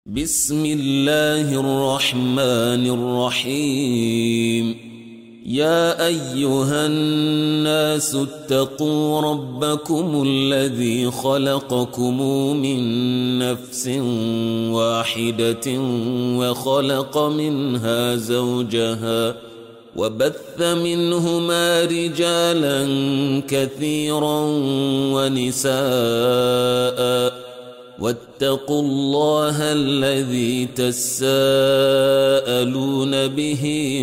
بسم الله الرحمن الرحيم. يا أيها الناس اتقوا ربكم الذي خلقكم من نفس واحدة وخلق منها زوجها وبث منهما رجالا كثيرا ونساء واتقوا الله الذي تساءلون به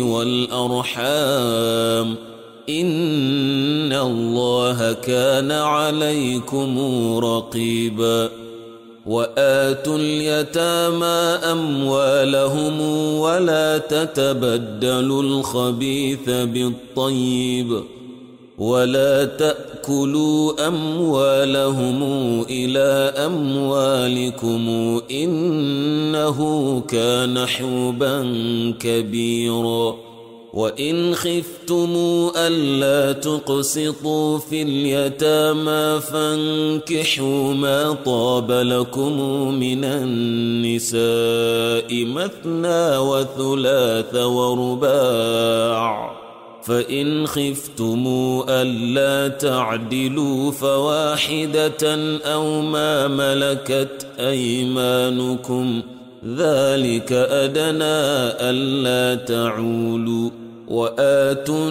والأرحام إن الله كان عليكم رقيبا. وآتوا اليتامى أموالهم ولا تتبدلوا الخبيث بالطيب ولا تأكلوا أموالهم إلى أموالكم إنه كان حوبا كبيرا. وإن خفتم ألا تقسطوا في اليتامى فانكحوا ما طاب لكم من النساء مثنى وثلاث ورباع، فإن خفتم ألا تعدلوا فواحدة أو ما ملكت أيمانكم ذلك أدنى ألا تعولوا. وآتوا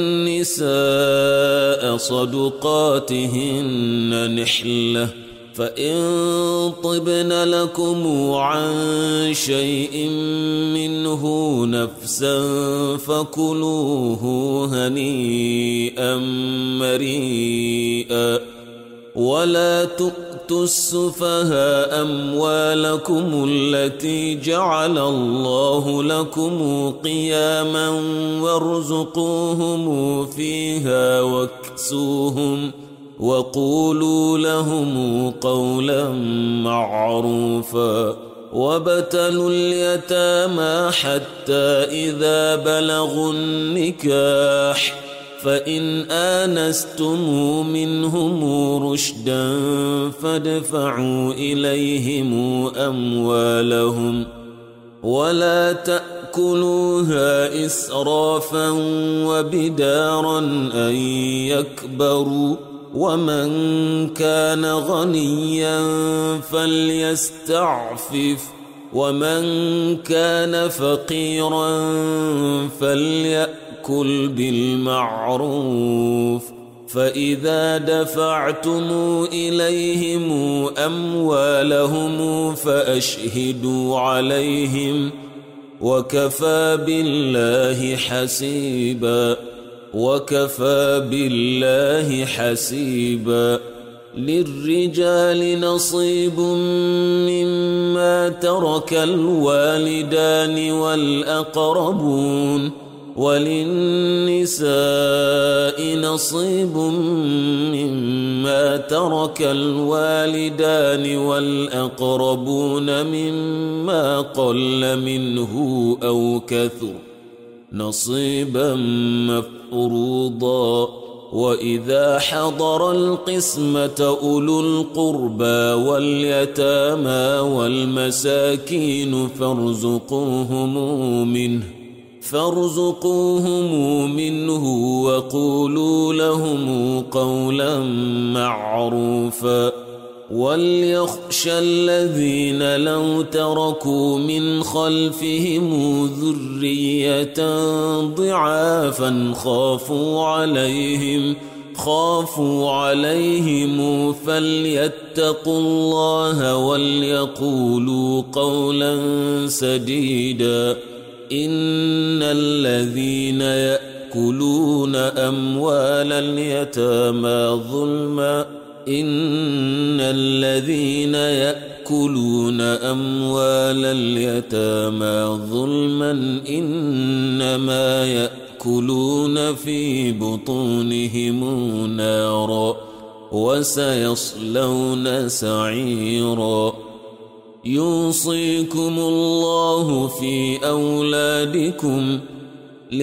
النساء صدقاتهن نحلة، فإن طبن لكم عن شيء منه نفسا فكلوه هنيئا مريئا. ولا تؤتوا السفهاء أموالكم التي جعل الله لكم قياما وارزقوهم فيها واكسوهم وقولوا لهم قولا معروفا. وابتلوا اليتامى حتى إذا بلغوا النكاح، فإن آنستم منهم رشدا فادفعوا إليهم أموالهم ولا تأكلوها إسرافا وبدارا أن يكبروا. ومن كان غنيا فليستعفف ومن كان فقيرا فليأكل بالمعروف. فإذا دفعتم إليهم أموالهم فأشهدوا عليهم وكفى بالله حسيبا. وكفى بالله حسيبا. للرجال نصيب مما ترك الوالدان والأقربون وللنساء نصيب مما ترك الوالدان والأقربون مما قل منه أو كثر نصيبا مفروضا. وإذا حضر القسمة أولو القربى واليتامى والمساكين فارزقوهم منه وقولوا لهم قولا معروفا. وليخشى الذين لو تركوا من خلفهم ذرية ضعافا خافوا عليهم فليتقوا الله وليقولوا قولا سديدا. إن الذين يأكلون أموال اليتامى ظلما إنما يأكلون في بطونهم نارا وسيصلون سعيرا. يوصيكم الله في أولادكم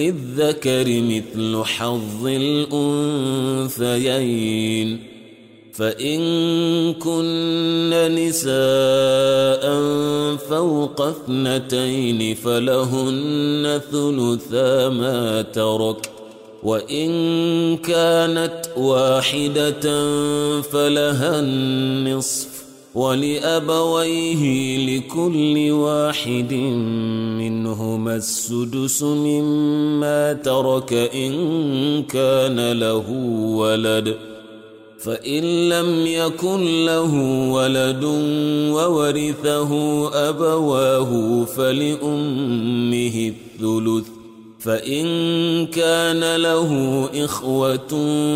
للذكر مثل حظ الأنثيين، فإن كن نساء فوق 2 فلهن ثلثا ما ترك، وإن كانت واحدة فلها النصف، ولأبويه لكل واحد منهما السدس مما ترك إن كان له ولد، فإن لم يكن له ولد وورثه أبواه فلأمه الثلث، فإن كان له إخوة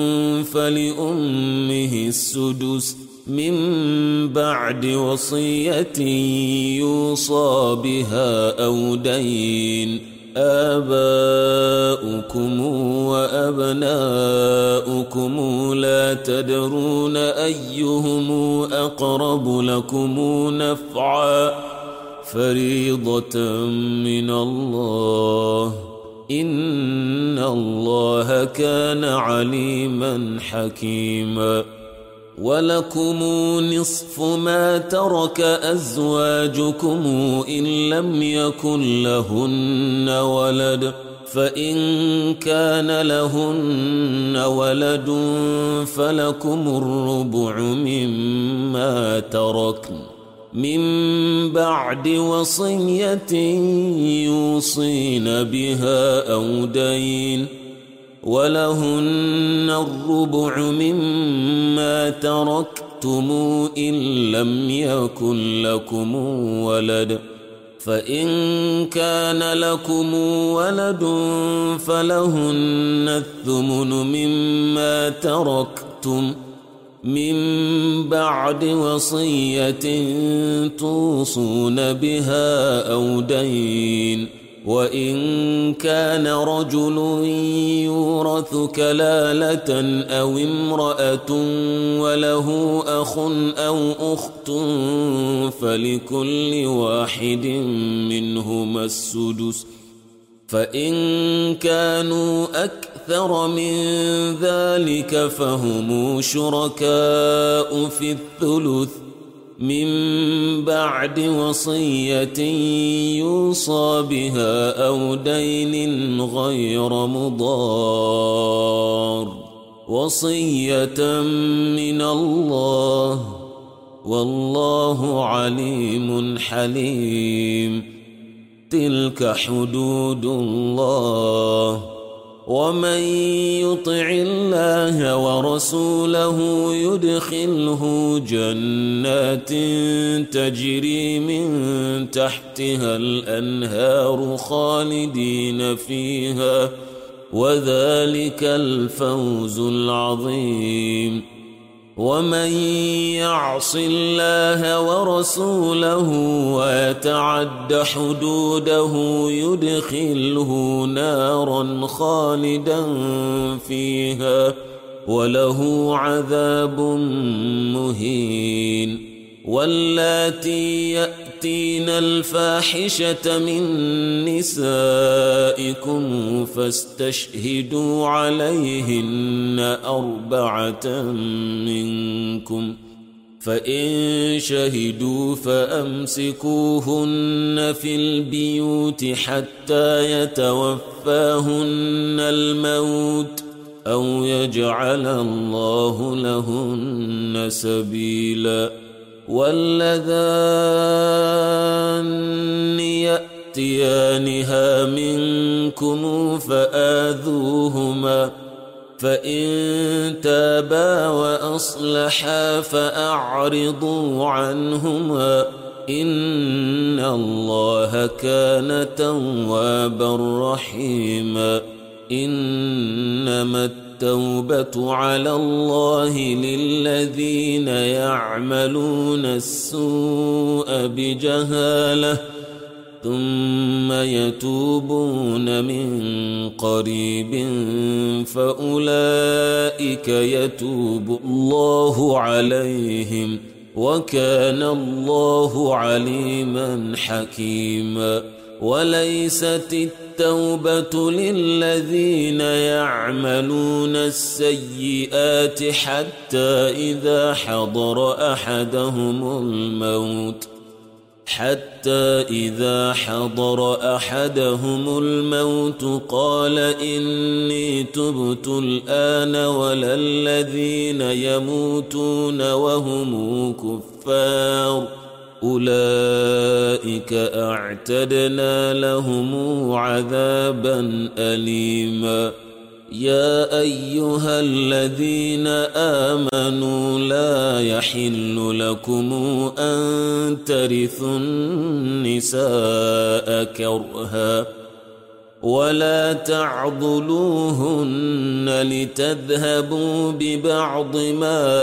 فلأمه السدس من بعد وصية يوصى بها أو دين. آباؤكم وأبناؤكم لا تدرون أيهم أقرب لكم نفعا، فريضة من الله، إن الله كان عليما حكيما. ولكم نصف ما ترك أزواجكم إن لم يكن لهن ولد، فإن كان لهن ولد فلكم الربع مما تركن من بعد وصية يوصين بها أو دين، ولهن الربع مما تركتم إن لم يكن لكم ولد، فإن كان لكم ولد فلهن الثمن مما تركتم من بعد وصية توصون بها أو دين، وإن كان رجل يورث كلالة أو امرأة وله أخ أو أخت فلكل واحد منهما السدس، فإن كانوا أكثر من ذلك فهم شركاء في الثلث من بعد وصية يوصى بها أو دين غير مضار، وصية من الله، والله عليم حليم. تلك حدود الله، ومن يطع الله ورسوله يدخله جنات تجري من تحتها الأنهار خالدين فيها، وذلك الفوز العظيم. ومن يعص الله ورسوله ويتعد حدوده يدخله نارا خالدا فيها وله عذاب مهين. واللاتي يأتين الفاحشة من نسائكم فاستشهدوا عليهن 4 منكم، فإن شهدوا فأمسكوهن في البيوت حتى يتوفاهن الموت أو يجعل الله لهن سبيلا. واللذان يأتيانها منكم فآذوهما، فإن تابا وأصلحا فأعرضوا عنهما، إن الله كان توابا رحيما. إنما التوبة على الله للذين يعملون السوء بجهالة ثم يتوبون من قريب فأولئك يتوب الله عليهم، وكان الله عليما حكيما. وليست التوبة للذين يعملون السيئات حتى إذا حضر أحدهم الموت قال إني تبت الآن ولا الذين يموتون وهم كفار أولئك أعتدنا لهم عذابا أليما يا أيها الذين آمنوا لا يحل لكم أن ترثوا النساء كرها ولا تعضلوهن لتذهبوا ببعض ما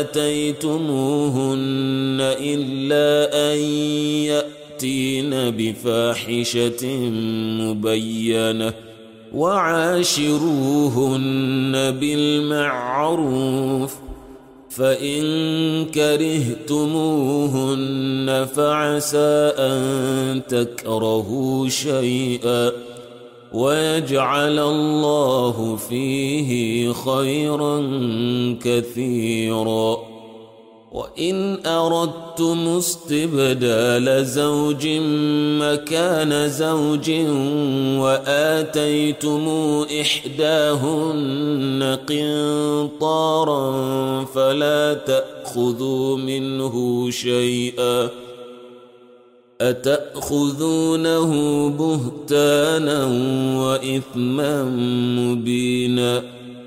آتيتموهن إلا أن يأتين بفاحشة مبينة وعاشروهن بالمعروف فإن كرهتموهن فعسى أن تكرهوا شيئا ويجعل الله فيه خيرا كثيرا وإن أردتم استبدال زوج مكان زوج وآتيتم إحداهن قنطارا فلا تأخذوا منه شيئا أتأخذونه بهتانا وإثما مبينا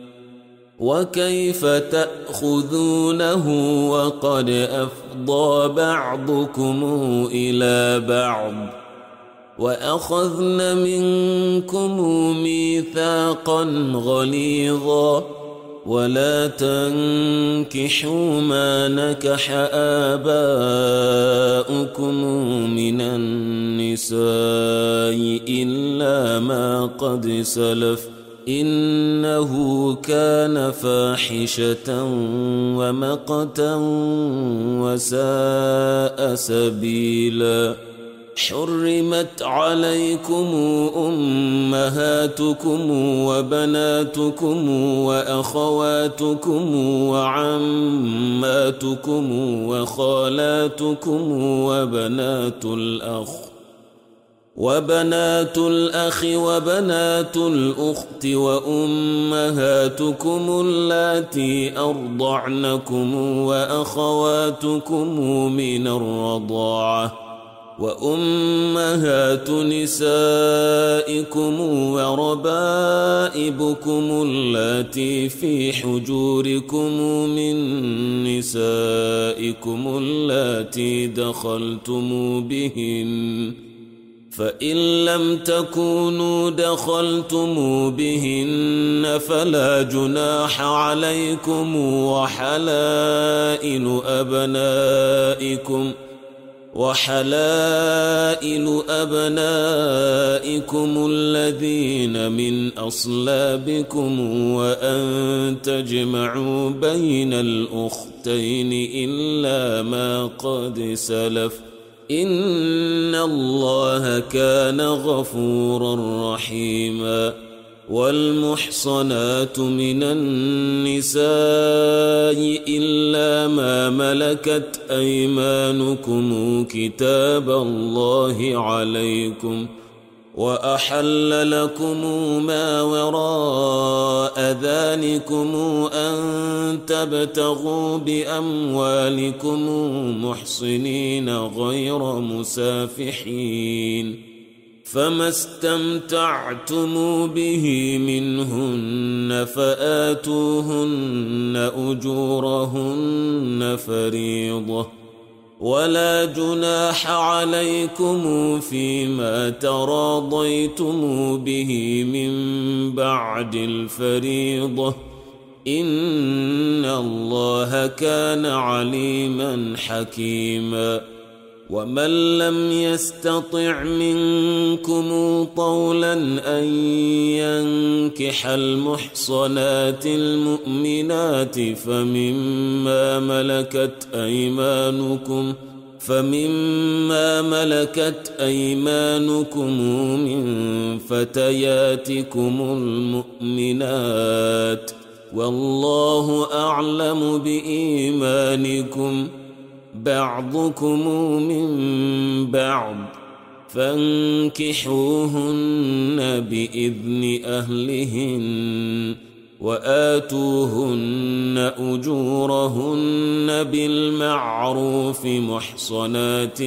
وكيف تأخذونه وقد أفضى بعضكم إلى بعض وأخذن منكم ميثاقا غليظا ولا تنكحوا ما نكح آباؤكم من النساء إلا ما قد سلف إنه كان فاحشة ومقتا وساء سبيلا حرمت عليكم أمهاتكم وبناتكم وأخواتكم وعماتكم وخالاتكم وبنات الأخ وبنات الأخت وأمهاتكم اللاتي أرضعنكم وأخواتكم من الرضاعة وأمهات نسائكم وربائبكم اللاتي في حجوركم من نسائكم اللاتي دخلتم بهن فإن لم تكونوا دخلتم بهن فلا جناح عليكم وحلائل أبنائكم الذين من أصلابكم وأن تجمعوا بين الأختين إلا ما قد سلف إن الله كان غفورا رحيما والمحصنات من النساء إلا ما ملكت أيمانكم كتاب الله عليكم وأحل لكم ما وراء ذلكم أن تبتغوا بأموالكم محصنين غير مسافحين فما استمتعتم به منهن فآتوهن أجورهن فريضة ولا جناح عليكم فيما تراضيتم به من بعد الفريضة إن الله كان عليما حكيما ومن لم يستطع منكم طولا أن ينكح المحصنات المؤمنات فمما ملكت أيمانكم فمما ملكت أيمانكم من فتياتكم المؤمنات والله أعلم بإيمانكم بعضكم من بعض فانكحوهن بإذن أهلهن وآتوهن أجورهن بالمعروف محصنات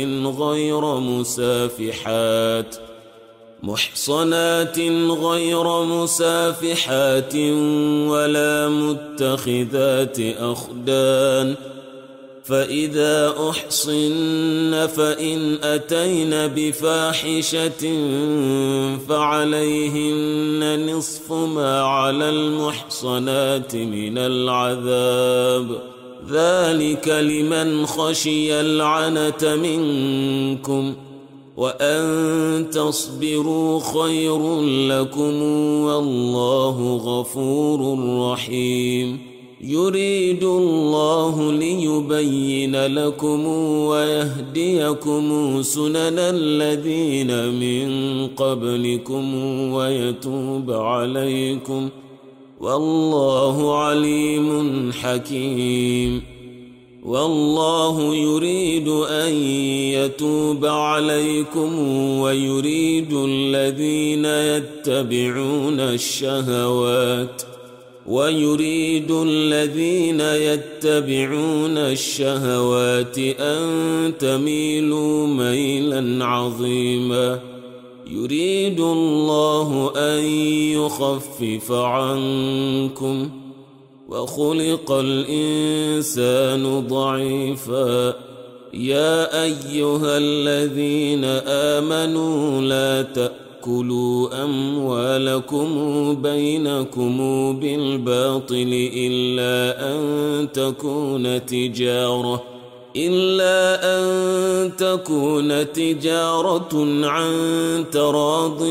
غير مسافحات ولا متخذات أخدان فإذا أحصن فإن أتين بفاحشة فعليهن نصف ما على المحصنات من العذاب ذلك لمن خشي العنة منكم وأن تصبروا خير لكم والله غفور رحيم يريد الله ليبين لكم ويهديكم سنن الذين من قبلكم ويتوب عليكم والله عليم حكيم والله يريد أن يتوب عليكم ويريد الذين يتبعون الشهوات أن تميلوا ميلا عظيما يريد الله أن يخفف عنكم وخلق الإنسان ضعيفا يا أيها الذين آمنوا لا تأكلوا أموالكم بينكم بالباطل إلا أن تكون تجارة عن تراض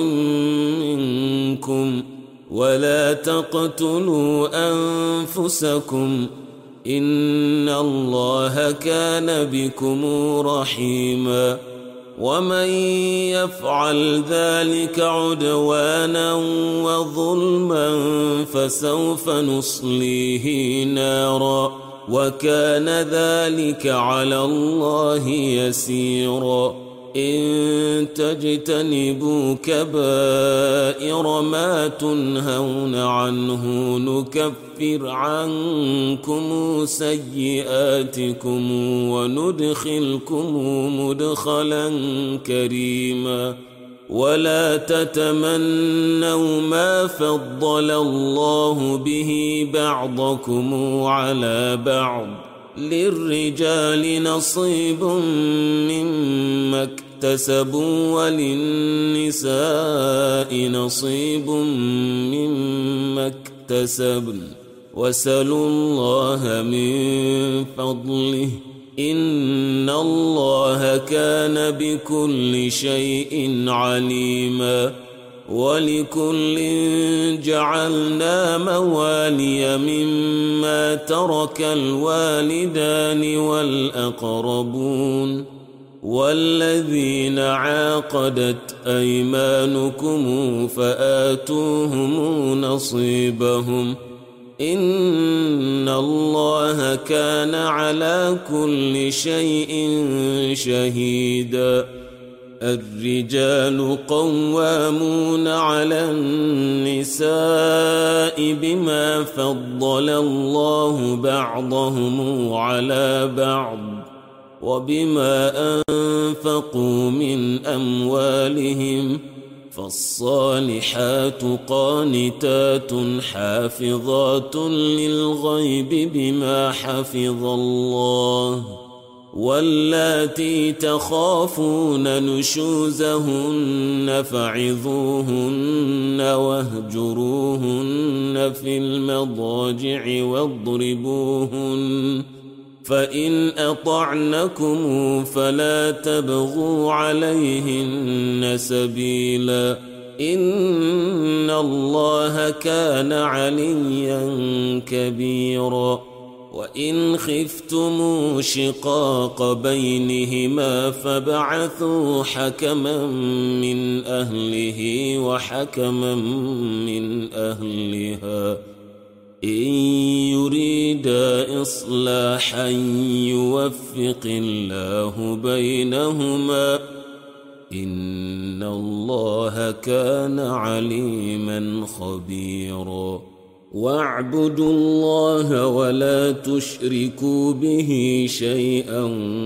منكم ولا تقتلوا أنفسكم إن الله كان بكم رحيما ومن يفعل ذلك عدوانا وظلما فسوف نصليه نارا وكان ذلك على الله يسيرا إن تجتنبوا كبائر ما تنهون عنه نكفر عنكم سيئاتكم وندخلكم مدخلا كريما ولا تتمنوا ما فضل الله به بعضكم على بعض للرجال نصيب مما اكتسبوا وللنساء نصيب مما اكتسبن واسألوا الله من فضله إن الله كان بكل شيء عليما ولكل جعلنا موالي مما ترك الوالدان والأقربون والذين عاقدت أيمانكم فآتوهم نصيبهم إن الله كان على كل شيء شهيدا الرجال قوامون على النساء بما فضل الله بعضهم على بعض وبما أنفقوا من أموالهم فالصالحات قانتات حافظات للغيب بما حفظ الله واللاتي تخافون نشوزهن فعظوهن واهجروهن في المضاجع واضربوهن فإن أطعنكم فلا تبغوا عليهن سبيلا إن الله كان عليا كبيرا وإن خفتم شقاق بينهما فابعثوا حكما من أهله وحكما من أهلها إن يريدا إصلاحا يوفق الله بينهما إن الله كان عليما خبيرا واعبدوا الله ولا تشركوا به شيئا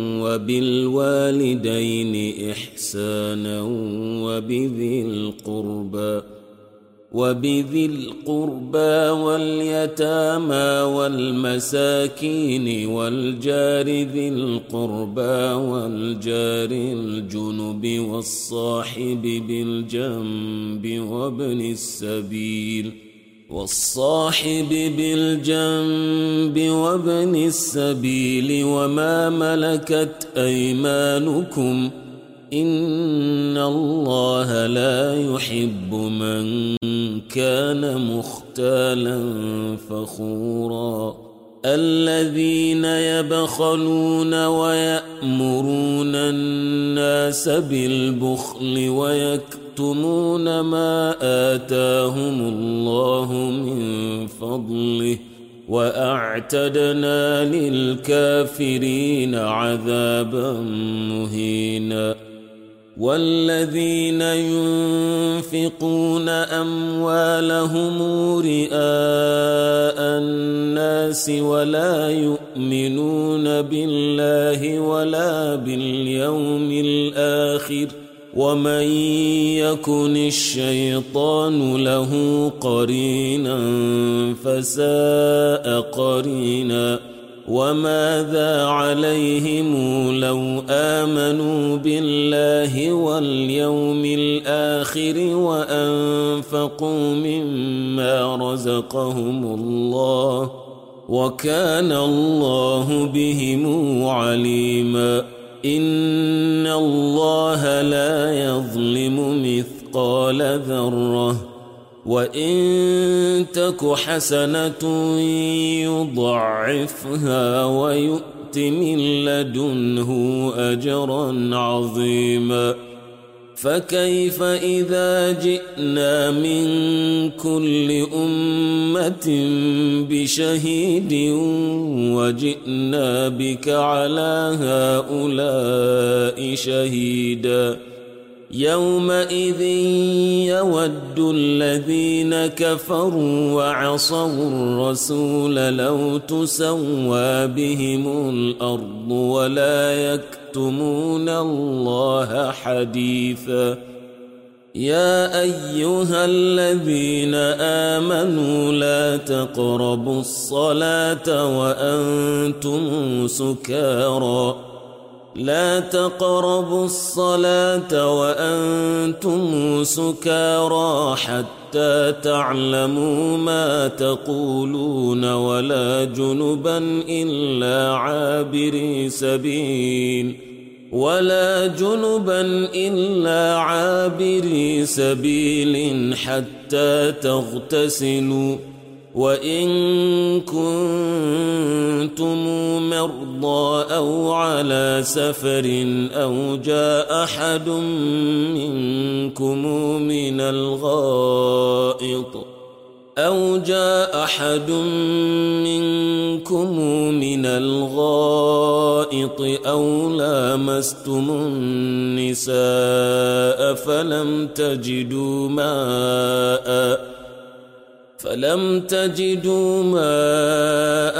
وبالوالدين إحسانا وبذي القربى واليتامى والمساكين والجار ذي القربى والجار الجنب والصاحب بالجنب وابن السبيل وما ملكت أيمانكم إن الله لا يحب من كان مختالا فخورا الذين يبخلون ويأمرون الناس بالبخل ويكتمون ما آتاهم الله من فضله وأعتدنا للكافرين عذابا مهينا والذين ينفقون أموالهم رئاء الناس ولا يؤمنون بالله ولا باليوم الآخر ومن يكن الشيطان له قرينا فساء قرينا وماذا عليهم لو آمنوا بالله واليوم الآخر وأنفقوا مما رزقهم الله وكان الله بهم عليما إن الله لا يظلم مثقال ذرة وإن تك حسنة يضعفها ويؤت من لدنه أجرا عظيما فكيف إذا جئنا من كل أمة بشهيد وجئنا بك على هؤلاء شهيدا يومئذ يود الذين كفروا وعصوا الرسول لو تسوى بهم الأرض ولا يكتمون الله حديثا يا أيها الذين آمنوا لا تقربوا الصلاة وأنتم سكارى حتى تعلموا ما تقولون ولا جنبا إلا عابري سبيل حتى تغتسلوا وإن كنتم مرضى أو على سفر أو جاء أحد منكم من الغائط أو لامستم النساء فلم تجدوا ماء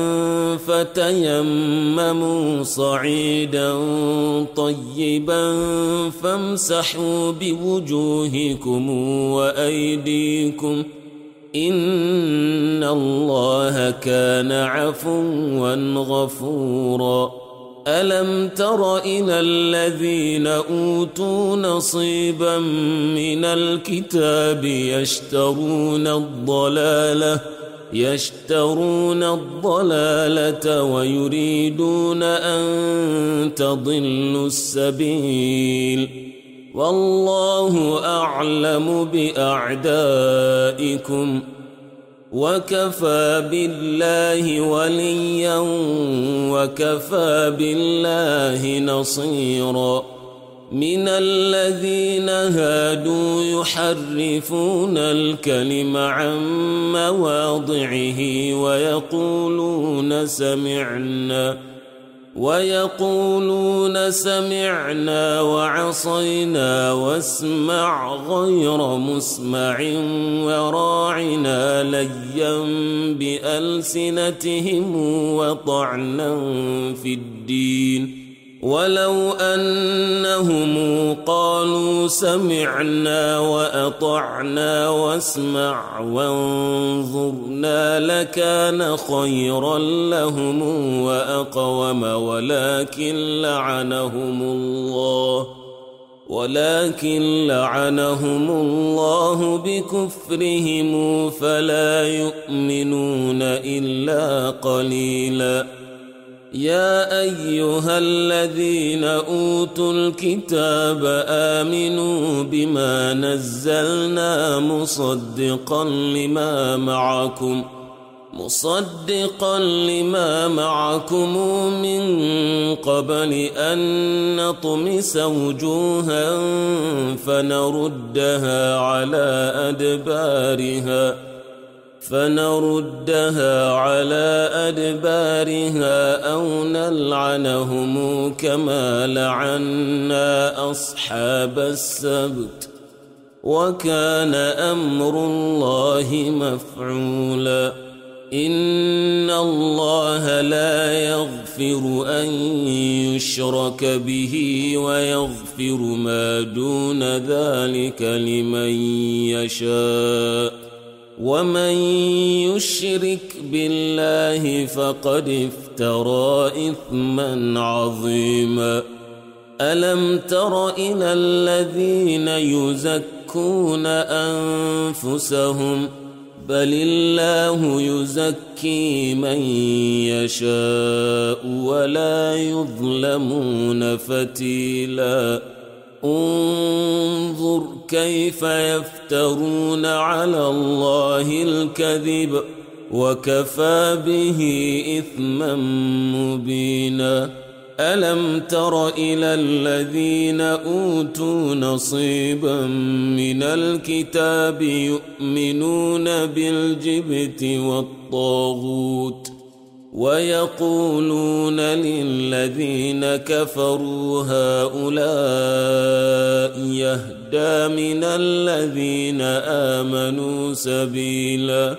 فتيمموا صعيدا طيبا فامسحوا بوجوهكم وأيديكم إن الله كان عفوا غفورا ألم تر إلى الذين أوتوا نصيبا من الكتاب يشترون الضلالة ويريدون أن تضلوا السبيل والله أعلم بأعدائكم وكفى بالله وليا وكفى بالله نصيرا من الذين هادوا يحرفون الكلم عن مواضعه ويقولون سمعنا وعصينا واسمع غير مسمع وراعنا ليا بألسنتهم وطعنا في الدين ولو أنهم قالوا سمعنا وأطعنا واسمع وانظرنا لكان خيرا لهم وأقوم ولكن لعنهم الله بكفرهم فلا يؤمنون إلا قليلا يا أيها الذين أوتوا الكتاب آمنوا بما نزلنا مصدقا لما معكم من قبل أن نطمس وجوها فنردها على أدبارها أو نلعنهم كما لعنا أصحاب السبت وكان أمر الله مفعولا إن الله لا يغفر أن يشرك به ويغفر ما دون ذلك لمن يشاء ومن يشرك بالله فقد افترى إثما عظيما ألم تر إلى الذين يزكون أنفسهم بل الله يزكي من يشاء ولا يظلمون فتيلا انظر كيف يفترون على الله الكذب وكفى به إثما مبينا ألم تر إلى الذين أوتوا نصيبا من الكتاب يؤمنون بالجبت والطاغوت ويقولون للذين كفروا هؤلاء يهدى من الذين آمنوا سبيلا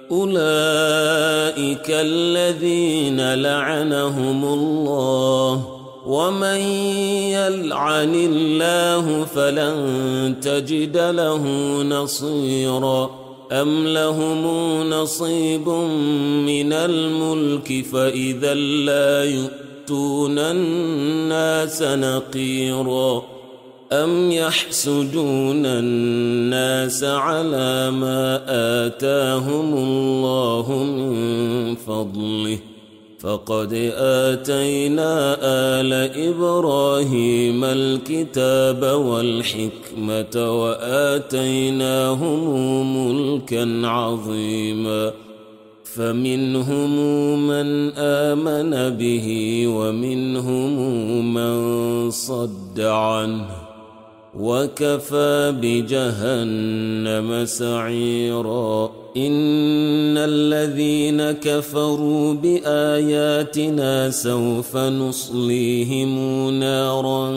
أولئك الذين لعنهم الله ومن يلعن الله فلن تجد له نصيرا أم لهم نصيب من الملك فإذا لا يؤتون الناس نقيرا أم يحسدون الناس على ما آتاهم الله من فضله فقد آتينا آل إبراهيم الكتاب والحكمة وآتيناهم ملكا عظيما فمنهم من آمن به ومنهم من صد عنه وكفى بجهنم سعيرا إن الذين كفروا بآياتنا سوف نصليهم نارا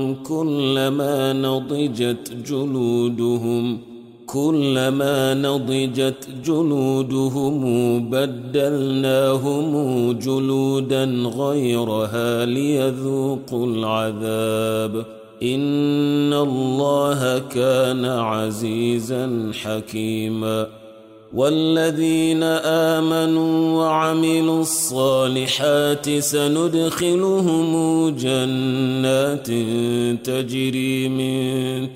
كلما نضجت جلودهم بدلناهم جلودا غيرها ليذوقوا العذاب إن الله كان عزيزا حكيما والذين آمنوا وعملوا الصالحات سندخلهم جنات تجري من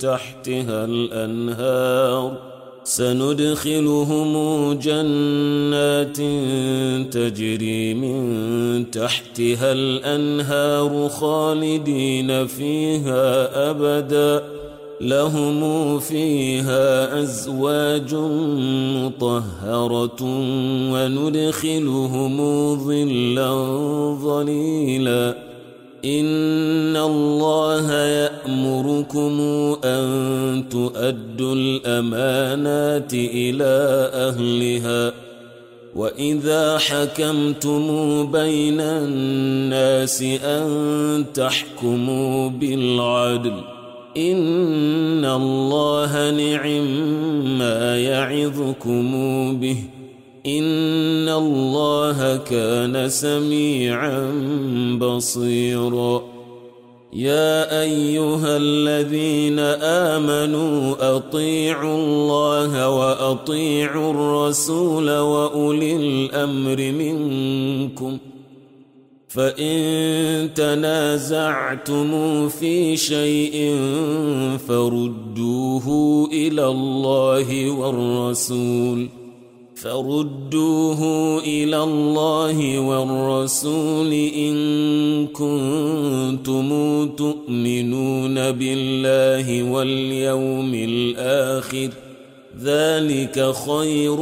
تحتها الأنهار خالدين فيها أبدا لهم فيها أزواج مطهرة وندخلهم ظلا ظليلا إن الله يأمركم أن تؤدوا الأمانات إلى أهلها وإذا حكمتم بين الناس أن تحكموا بالعدل إن الله نعم يعظكم به إن الله كان سميعا بصيرا يا أيها الذين آمنوا أطيعوا الله وأطيعوا الرسول وأولي الأمر منكم فإن تنازعتم في شيء فردوه إلى الله والرسول إن كنتم تؤمنون بالله واليوم الآخر ذلك خير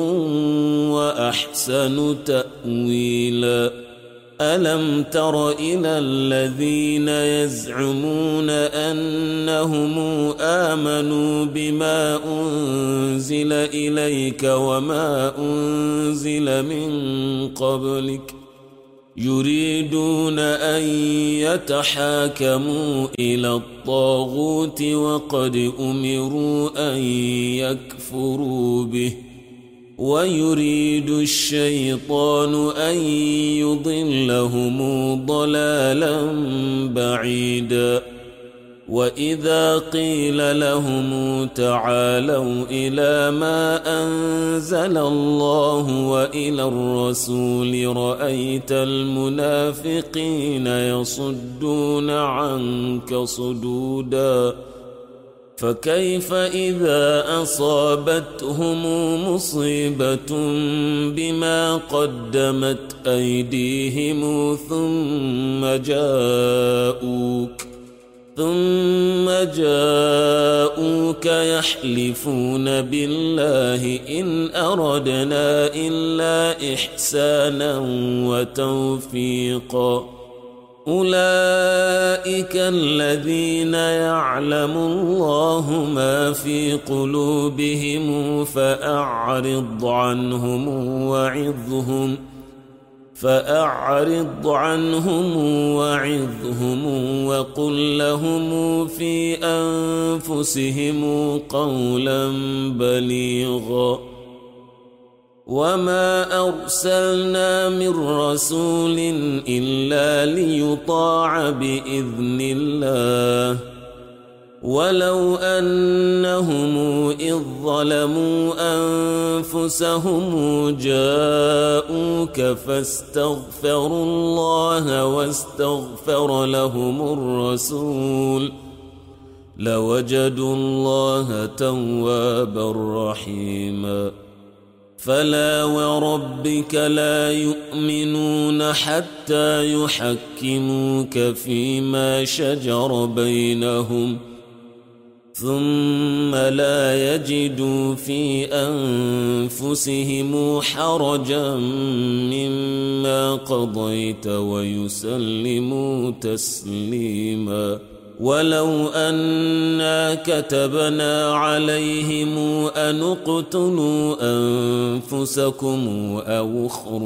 وأحسن تأويلا ألم تر إلى الذين يزعمون أنهم آمنوا بما أنزل إليك وما أنزل من قبلك يريدون أن يتحاكموا إلى الطاغوت وقد أمروا أن يكفروا به ويريد الشيطان أن يضلهم ضلالا بعيدا وإذا قيل لهم تعالوا إلى ما أنزل الله وإلى الرسول رأيت المنافقين يصدون عنك صدودا فكيف إذا أصابتهم مصيبة بما قدمت أيديهم ثم جاءوك يحلفون بالله إن أردنا إلا إحسانا وتوفيقا أولئك الذين يعلم الله ما في قلوبهم فأعرض عنهم وعظهم وقل لهم في أنفسهم قولا بليغا وما أرسلنا من رسول إلا ليطاع بإذن الله ولو أنهم إذ ظلموا أنفسهم جاءوك فاستغفروا الله واستغفر لهم الرسول لوجدوا الله توابا رحيما فلا وربك لا يؤمنون حتى يحكموك فيما شجر بينهم ثم لا يجدوا في أنفسهم حرجا مما قضيت ويسلموا تسليما ولو أنا كتبنا عليهم أن اقتلوا أنفسكم أو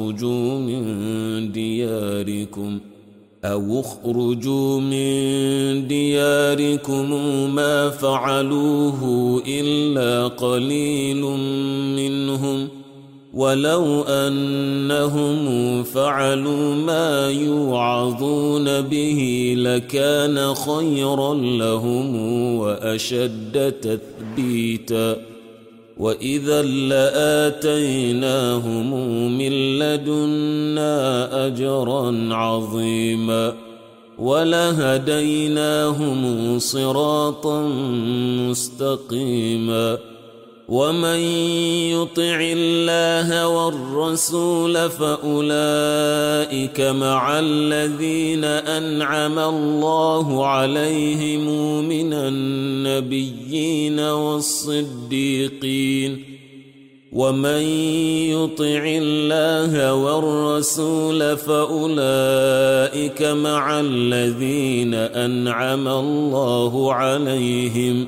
اخرجوا من دياركم ما فعلوه إلا قليل منهم ولو أنهم فعلوا ما يوعظون به لكان خيرا لهم وأشد تثبيتا وإذا لآتيناهم من لدنا أجرا عظيما ولهديناهم صراطا مستقيما ومن يطع الله والرسول فأولئك مع الذين أنعم الله عليهم من النبيين والصديقين ومن يطع الله والرسول فأولئك مع الذين أنعم الله عليهم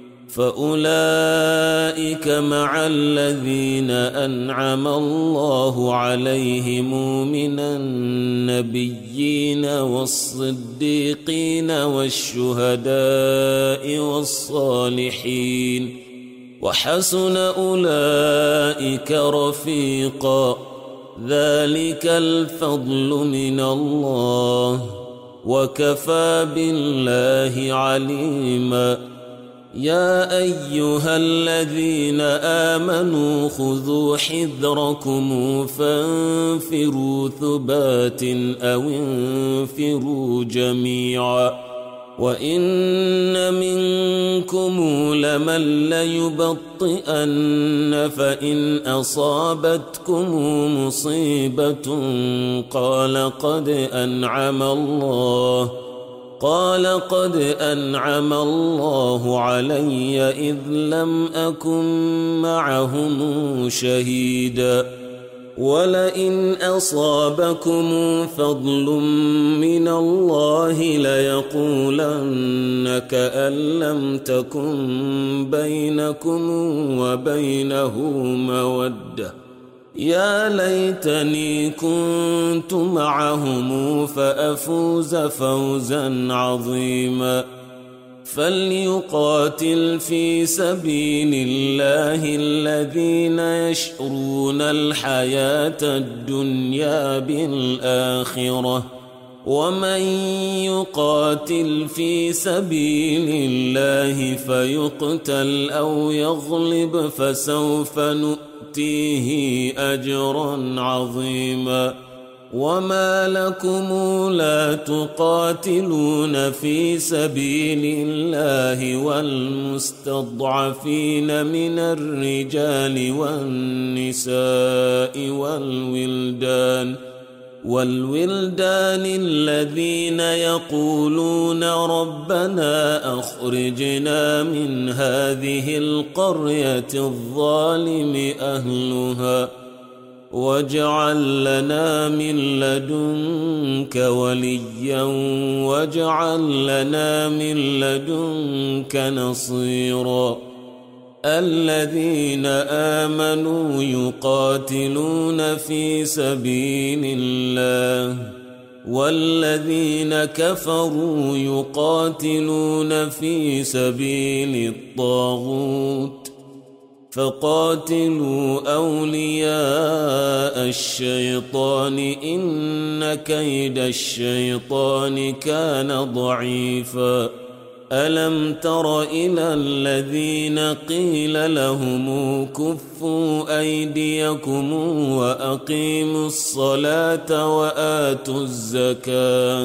من النبيين والصديقين والشهداء والصالحين وحسن أولئك رفيقا ذلك الفضل من الله وكفى بالله عليما يا أيها الذين آمنوا خذوا حذركم فانفروا ثبات أو انفروا جميعا وإن منكم لمن ليبطئن فإن أصابتكم مصيبة قال قد أنعم الله علي إذ لم أكن معهم شهيدا ولئن أصابكم فضل من الله ليقولن كأن لم تكن بينكم وبينه مودة يا ليتني كنت معهم فأفوز فوزا عظيما فليقاتل في سبيل الله الذين يشرون الحياة الدنيا بالآخرة ومن يقاتل في سبيل الله فيقتل أو يغلب فسوف نؤتيه أجرا عظيما وما لكم لا تقاتلون في سبيل الله والمستضعفين من الرجال والنساء والولدان الذين يقولون ربنا أخرجنا من هذه القرية الظالم أهلها واجعل لنا من لدنك وليا واجعل لنا من لدنك نصيرا الذين آمنوا يقاتلون في سبيل الله والذين كفروا يقاتلون في سبيل الطاغوت فقاتلوا أولياء الشيطان إن كيد الشيطان كان ضعيفا ألم تر إلى الذين قيل لهم كفوا أيديكم وأقيموا الصلاة وآتوا الزكاة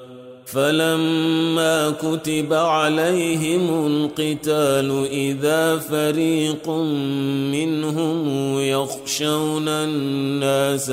فلما كتب عليهم القتال إذا فريق منهم يخشون الناس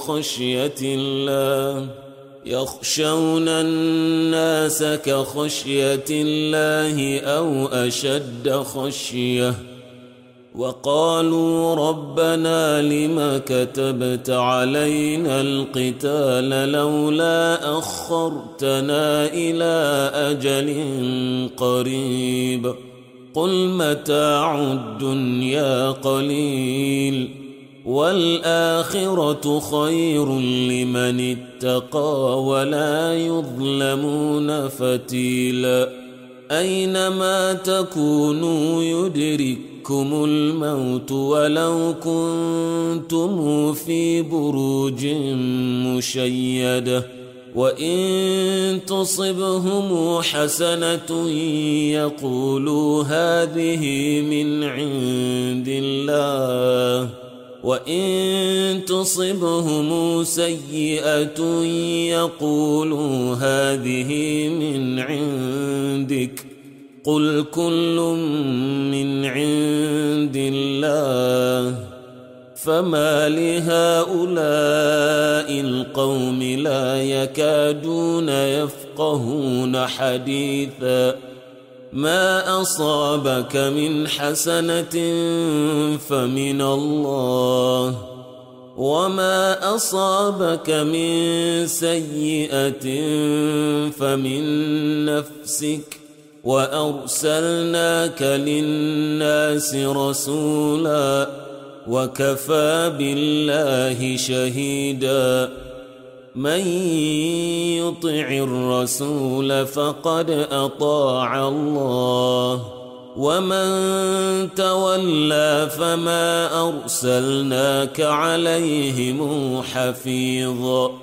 كخشية الله أو أشد خشية وقالوا ربنا لم كتبت علينا القتال لولا أخرتنا إلى أجل قريب قل متاع الدنيا قليل والآخرة خير لمن اتقى ولا يظلمون فتيلا أينما تكونوا يدرككم الموت ولو كنتم في بروج مشيدة وإن تصبهم حسنة يقولوا هذه من عند الله وإن تصبهم سيئة يقولوا هذه من عندك قل كل من عند الله فما لهؤلاء القوم لا يكادون يفقهون حديثا ما أصابك من حسنة فمن الله وما أصابك من سيئة فمن نفسك وأرسلناك للناس رسولا وكفى بالله شهيدا من يطع الرسول فقد أطاع الله ومن تولى فما أرسلناك عليهم حفيظا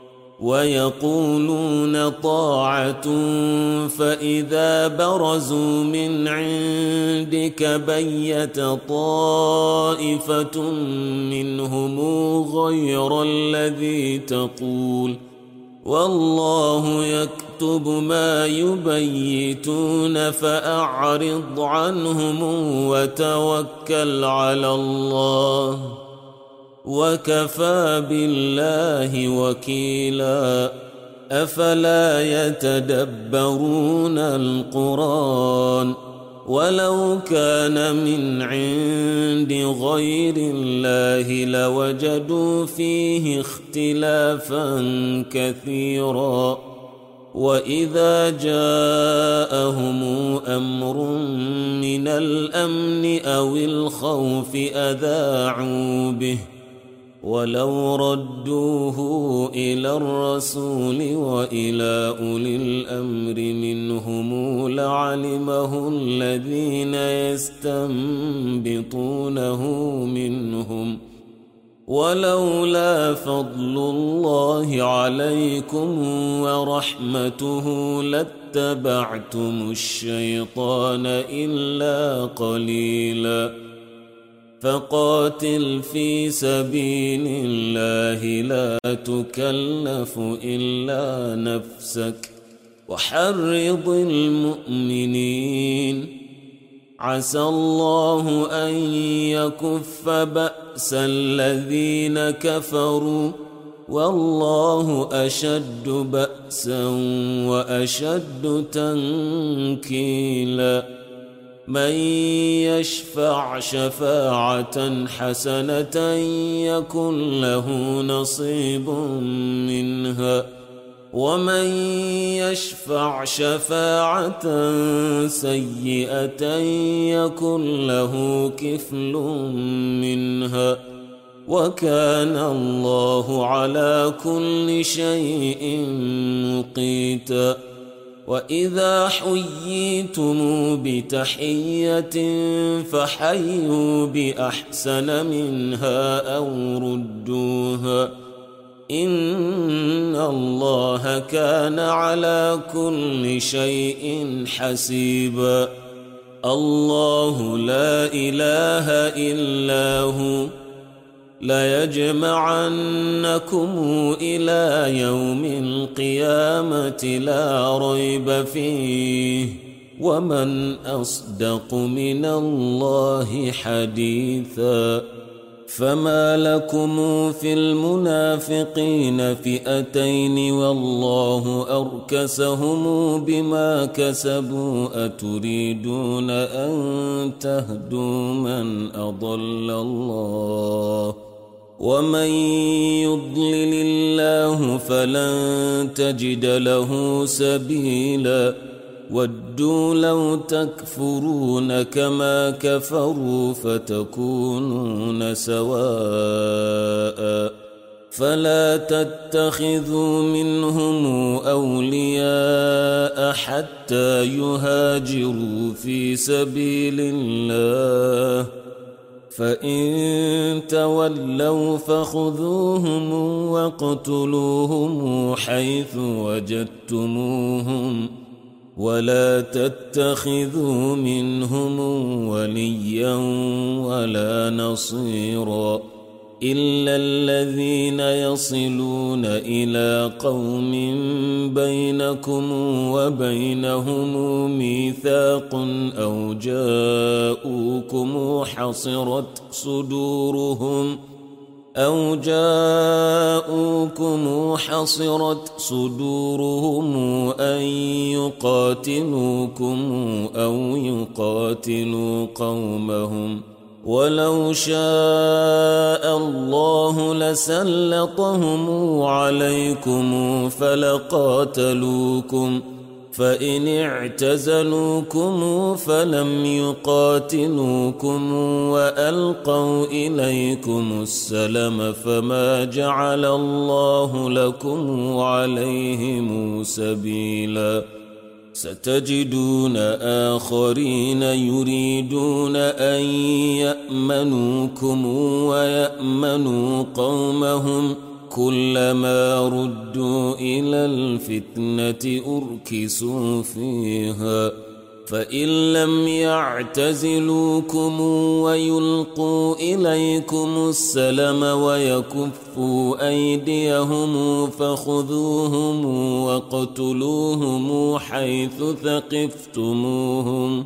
ويقولون طاعة فإذا برزوا من عندك بيت طائفة منهم غير الذي تقول والله يكتب ما يبيتون فأعرض عنهم وتوكل على الله وكفى بالله وكيلا أفلا يتدبرون القرآن ولو كان من عند غير الله لوجدوا فيه اختلافا كثيرا وإذا جاءهم أمر من الأمن أو الخوف أذاعوا به ولو ردوه إلى الرسول وإلى أولي الأمر منهم لعلمه الذين يستنبطونه منهم ولولا فضل الله عليكم ورحمته لاتبعتم الشيطان إلا قليلا فقاتل في سبيل الله لا تكلف إلا نفسك وحرض المؤمنين عسى الله أن يكف بأس الذين كفروا والله أشد بأسا وأشد تنكيلا من يشفع شفاعة حسنة يكن له نصيب منها ومن يشفع شفاعة سيئة يكن له كفل منها وكان الله على كل شيء مقيتا وإذا حييتم بتحية فحيوا بأحسن منها أو ردوها إن الله كان على كل شيء حسيبا الله لا إله إلا هو ليجمعنكم إلى يوم القيامة لا ريب فيه ومن أصدق من الله حديثا فما لكم في المنافقين فئتين والله أركسهم بما كسبوا أتريدون أن تهدوا من أضل الله ومن يضلل الله فلن تجد له سبيلا ودوا لو تكفرون كما كفروا فتكونون سواء فلا تتخذوا منهم أولياء حتى يهاجروا في سبيل الله فإن تولوا فخذوهم واقتلوهم حيث وجدتموهم ولا تتخذوا منهم وليا ولا نصيرا إلا الذين يصلون إلى قوم بينكم وبينهم ميثاق أو جاءوكم حصرت صدورهم أن يقاتلوكم أو يقاتلوا قومهم ولو شاء الله لسلطهم عليكم فلقاتلوكم فإن اعتزلوكم فلم يقاتلوكم وألقوا إليكم السلم فما جعل الله لكم عليهم سبيلا ستجدون آخرين يريدون أن يأمنوكم ويأمنوا قومهم كلما ردوا إلى الفتنة أركسوا فيها فإن لم يعتزلوكم ويلقوا إليكم السلم ويكفوا أيديهم فخذوهم واقتلوهم حيث ثقفتموهم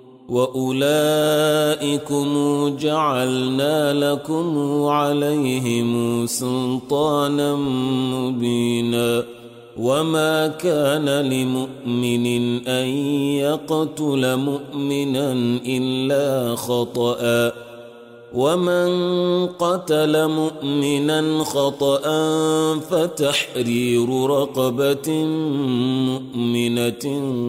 وأولئكم جعلنا لكم عليهم سلطانا مبينا وما كان لمؤمن أن يقتل مؤمنا إلا خطأ ومن قتل مؤمنا خطأ فتحرير رقبة مؤمنة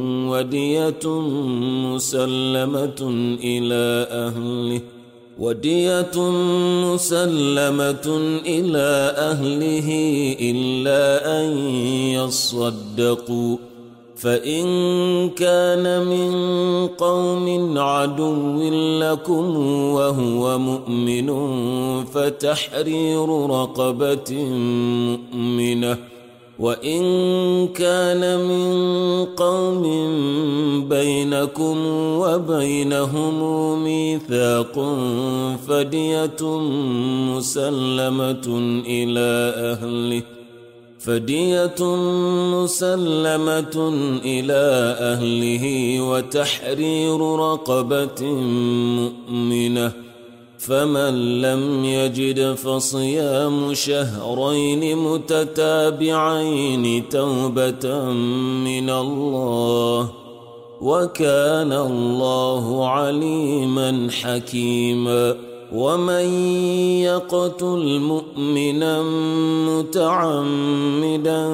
ودية مسلمة إلى أهله إلا أن يصدقوا فإن كان من قوم عدو لكم وهو مؤمن فتحرير رقبة مؤمنة وإن كان من قوم بينكم وبينهم ميثاق فدية مسلمة إلى أهله وتحرير رقبة مؤمنة فمن لم يجد فصيام شهرين متتابعين توبة من الله وكان الله عليما حكيما ومن يقتل مؤمنا متعمدا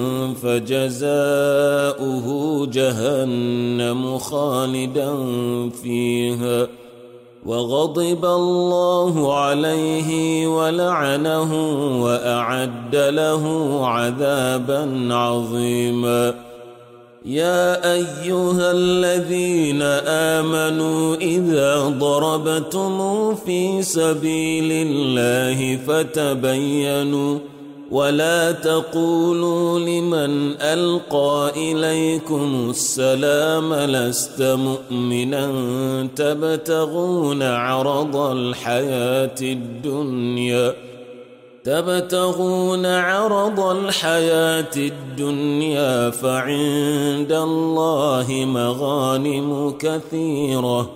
فجزاؤه جهنم خالدا فيها وغضب الله عليه ولعنه وأعد له عذابا عظيما يا أيها الذين آمنوا إذا ضربتم في سبيل الله فتبينوا ولا تقولوا لمن ألقى إليكم السلام لست مؤمنا تبتغون عرض الحياة الدنيا فعند الله مغانم كثيرة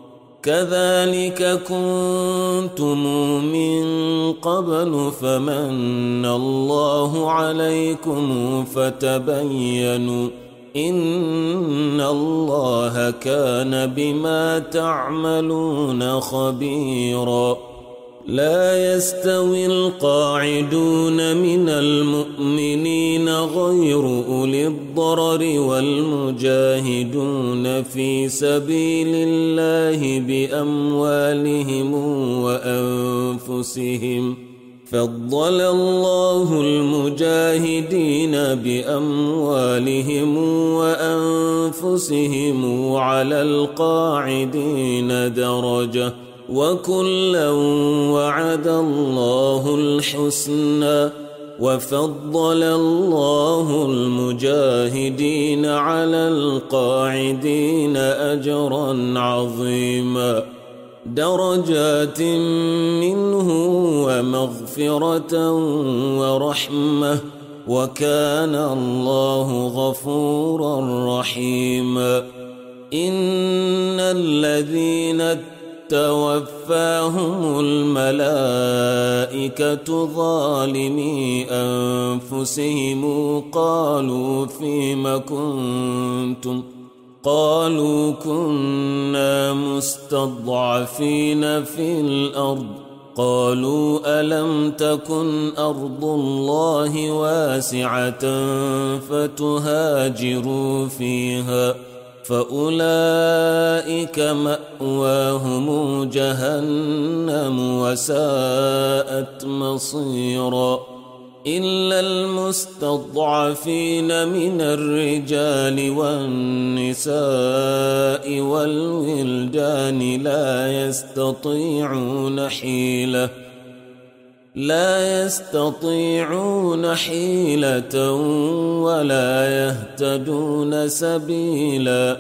كذلك كنتم من قبل فمن الله عليكم فتبينوا إن الله كان بما تعملون خبيرا لا يستوي القاعدون من المؤمنين غير أولي الضرر والمجاهدون في سبيل الله بأموالهم وأنفسهم فضل الله المجاهدين بأموالهم وأنفسهم على القاعدين درجة وكلا وعد الله الحسنى وفضل الله المجاهدين على القاعدين أجرا عظيما درجات منه ومغفرة ورحمة، وكان الله غفورا رحيما. إن الذين توفاهم الملائكة ظالمي أنفسهم قالوا فيم كنتم؟ قالوا كنا مستضعفين في الأرض. قالوا ألم تكن أرض الله واسعة فتهاجروا فيها، فأولئك مأواهم جهنم وساءت مصيرا. إلا المستضعفين من الرجال والنساء والولدان لا يستطيعون حيلة ولا يهتدون سبيلا،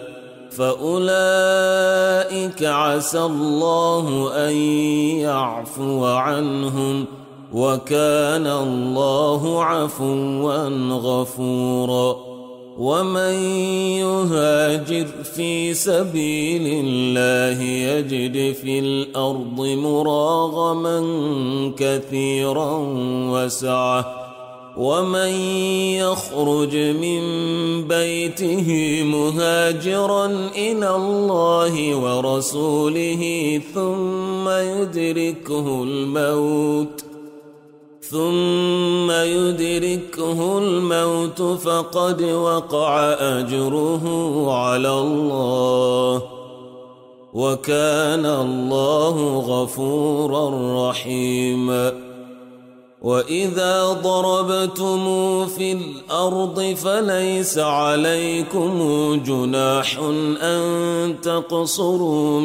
فأولئك عسى الله أن يعفو عنهم، وكان الله عفوا غفورا. ومن يهاجر في سبيل الله يجد في الأرض مراغما كثيرا وسعة، ومن يخرج من بيته مهاجرا إلى الله ورسوله ثم يدركه الموت فقد وقع أجره على الله، وكان الله غفورا رحيما. وإذا ضربتم في الأرض فليس عليكم جناح أن تقصروا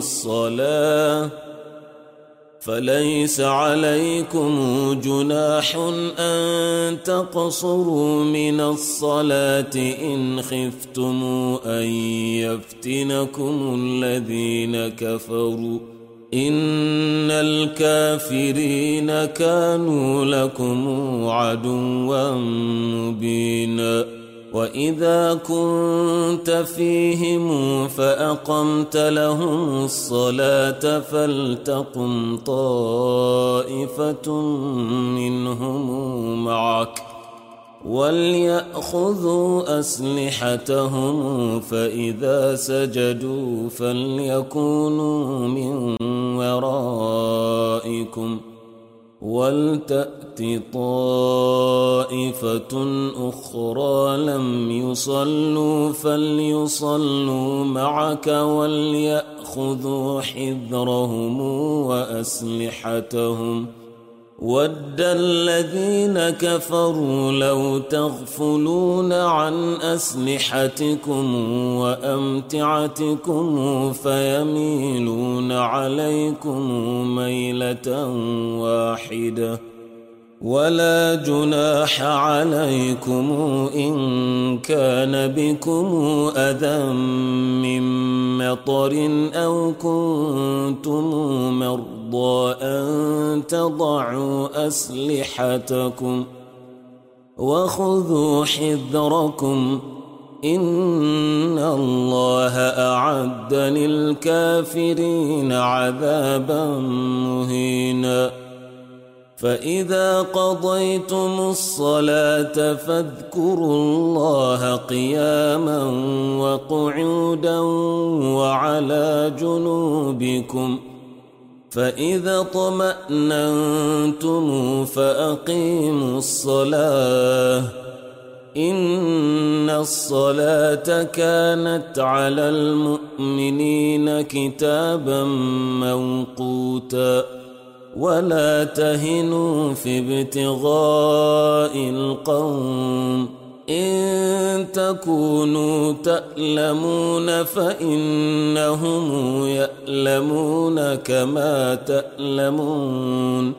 من الصلاة إن خفتم أن يفتنكم الذين كفروا، إن الكافرين كانوا لكم عدوا مبينا. وإذا كنت فيهم فأقمت لهم الصلاة فلتقم طائفة منهم معك وليأخذوا أسلحتهم، فإذا سجدوا فليكونوا من ورائكم ولتأت طائفة أخرى لم يصلوا فليصلوا معك وليأخذوا حذرهم وأسلحتهم. ود الذين كفروا لو تغفلون عن أسلحتكم وأمتعتكم فيميلون عليكم ميلة واحدة، ولا جناح عليكم إن كان بكم أذى من مطر أو كنتم مرضى أن تضعوا أسلحتكم وخذوا حذركم، إن الله أعد للكافرين عذابا مهينا. فإذا قضيتم الصلاة فاذكروا الله قياما وقعودا وعلى جنوبكم، فإذا اطمأننتم فأقيموا الصلاة، إن الصلاة كانت على المؤمنين كتابا موقوتا. ولا تهنوا في ابتغاء القوم، إن تكونوا تألمون فإنهم يألمون كما تألمون،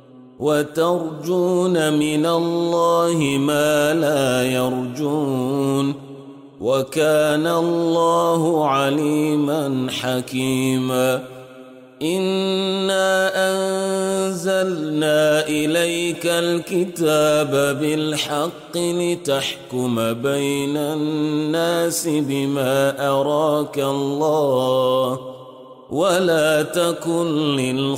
وترجون من الله ما لا يرجون، وكان الله عليما حكيما. إنا أنزلنا إليك الكتاب بالحق لتحكم بين الناس بما أراك الله ولا تكن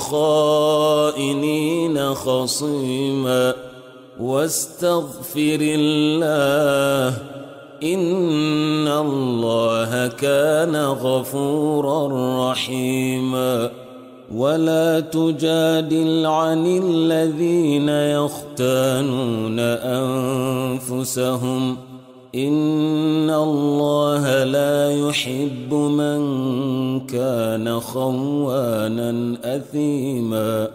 للخائنين خصيما واستغفر الله إن الله كان غفورا رحيما ولا تجادل عن الذين يختانون أنفسهم إن الله لا يحب من كان خوانا أثيما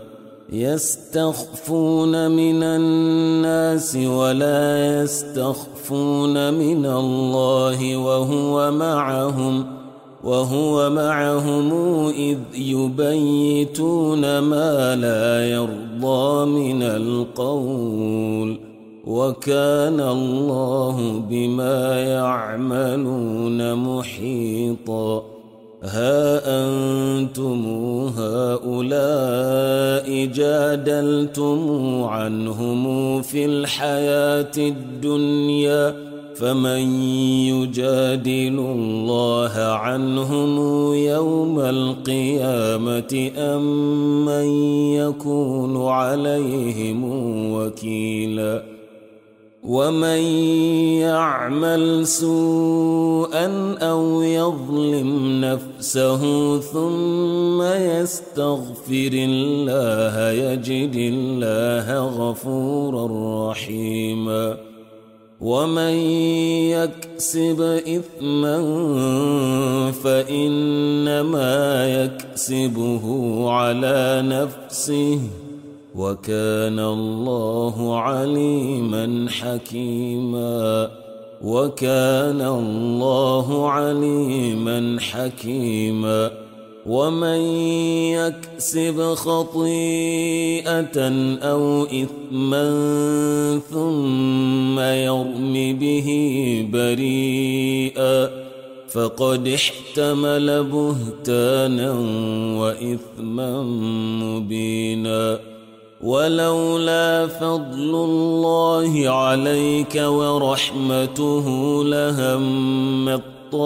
يستخفون من الناس ولا يستخفون من الله وهو معهم إذ يبيتون ما لا يرضى من القول وكان الله بما يعملون محيطا ها أنتم هؤلاء جادلتم عنهم في الحياة الدنيا فمن يجادل الله عنهم يوم القيامة أم من يكون عليهم وكيلا ومن يعمل سوءا أو يظلم نفسه ثم يستغفر الله يجد الله غفورا رحيما ومن يكسب إثما فإنما يكسبه على نفسه وكان الله عليما حكيما ومن يكسب خطيئة أو إثما ثم يرم به بريئا فقد احتمل بهتانا وإثما مبينا ولولا فضل الله عليك ورحمته لهمت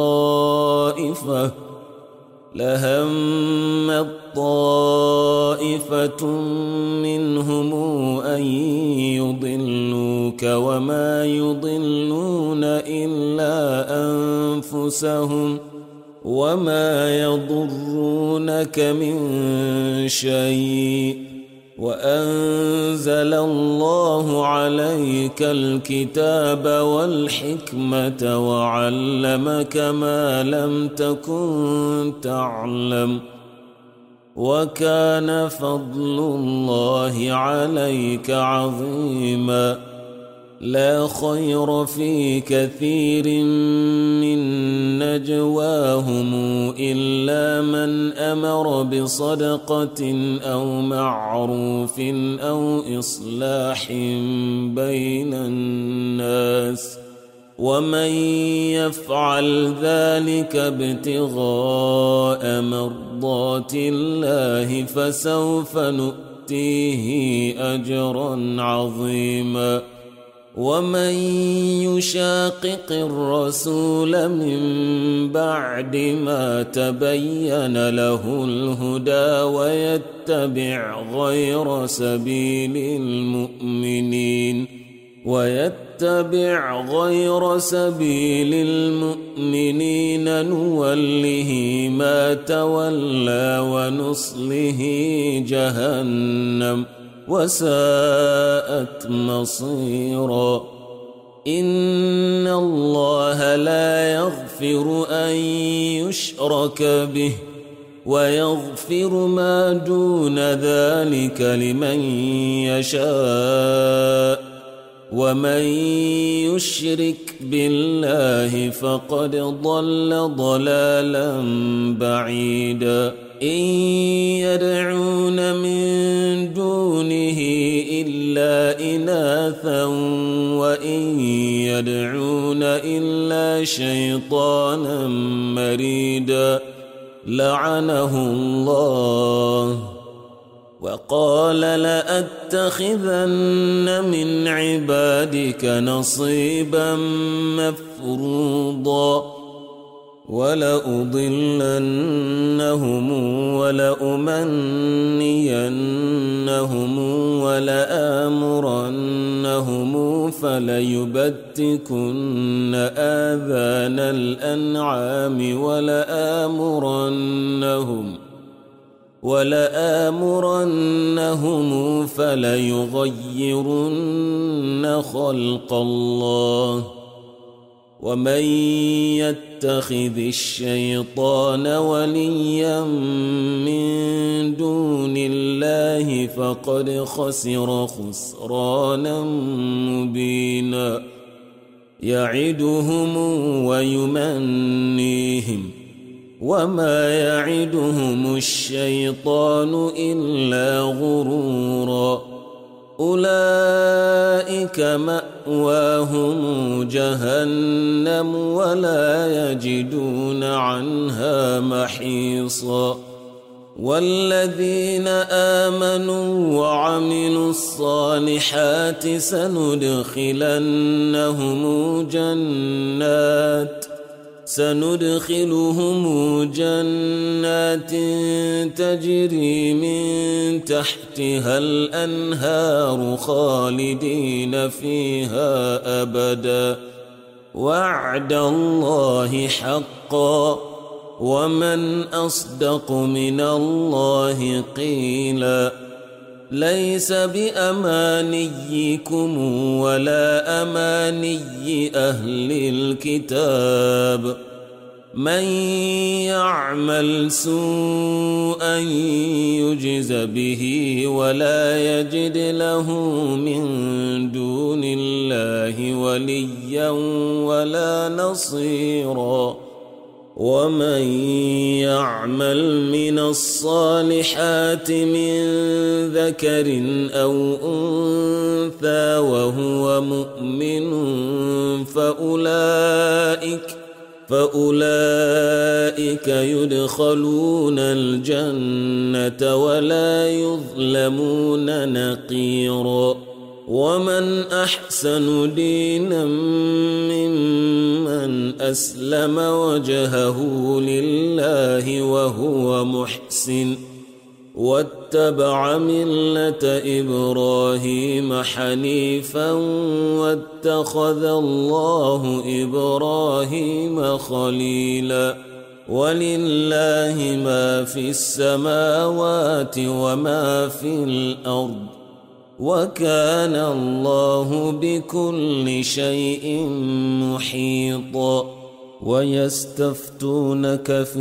طائفة منهم أن يضلوك وما يضلون إلا أنفسهم وما يضرونك من شيء وأنزل الله عليك الكتاب والحكمة وعلمك ما لم تكن تعلم وكان فضل الله عليك عظيما لا خير في كثير من نجواهم إلا من أمر بصدقة أو معروف أو إصلاح بين الناس ومن يفعل ذلك ابتغاء مرضات الله فسوف نؤتيه أجرا عظيما ومن يشاقق الرسول من بعد ما تبين له الهدى ويتبع غير سبيل المؤمنين نوله ما تولى ونصله جهنم وساءت مصيرا إن الله لا يغفر أن يشرك به ويغفر ما دون ذلك لمن يشاء ومن يشرك بالله فقد ضل ضلالا بعيدا إن يدعون من دونه إلا إناثا وإن يدعون إلا شيطانا مريدا لعنه الله فقال لأتخذن من عبادك نصيبا مفروضا ولأضلنهم ولأمنينهم ولآمرنهم فليبتكن آذان الأنعام ولآمرنهم فليغيرن خلق الله ومن يتخذ الشيطان وليا من دون الله فقد خسر خسرانا مبينا يعدهم ويمنيهم وما يعدهم الشيطان إلا غرورا أولئك مأواهم جهنم ولا يجدون عنها محيصا والذين آمنوا وعملوا الصالحات سندخلهم جنات تجري من تحتها الأنهار خالدين فيها أبدا وعد الله حقا ومن أصدق من الله قيلا ليس بأمانيكم ولا أماني أهل الكتاب من يعمل سوءا يجز به ولا يجد له من دون الله وليا ولا نصيرا ومن يعمل من الصالحات من ذكر أو أنثى وهو مؤمن فأولئك يدخلون الجنة ولا يظلمون نقيرا ومن أحسن دينا ممن أسلم وجهه لله وهو محسن واتبع ملة إبراهيم حنيفا واتخذ الله إبراهيم خليلا ولله ما في السماوات وما في الأرض وكان الله بكل شيء محيطا ويستفتونك في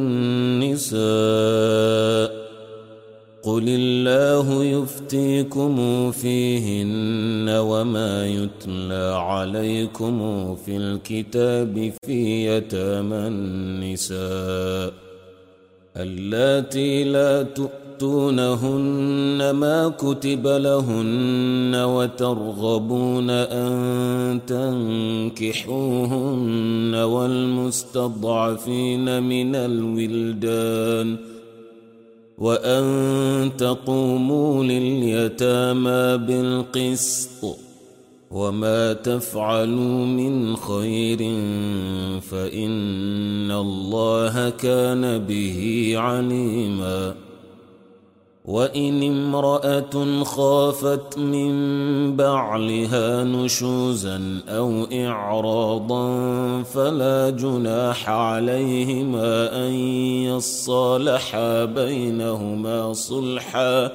النساء قل الله يفتيكم فيهن وما يتلى عليكم في الكتاب في يتامى النساء اللاتي لا تؤتونهن ما كتب لهن وترغبون أن تنكحوهن والمستضعفين من الولدان وأن تقوموا لليتامى بالقسط وما تفعلوا من خير فإن الله كان به عليما وإن امرأة خافت من بعلها نشوزا أو إعراضا فلا جناح عليهما أن يصالحا بينهما صلحا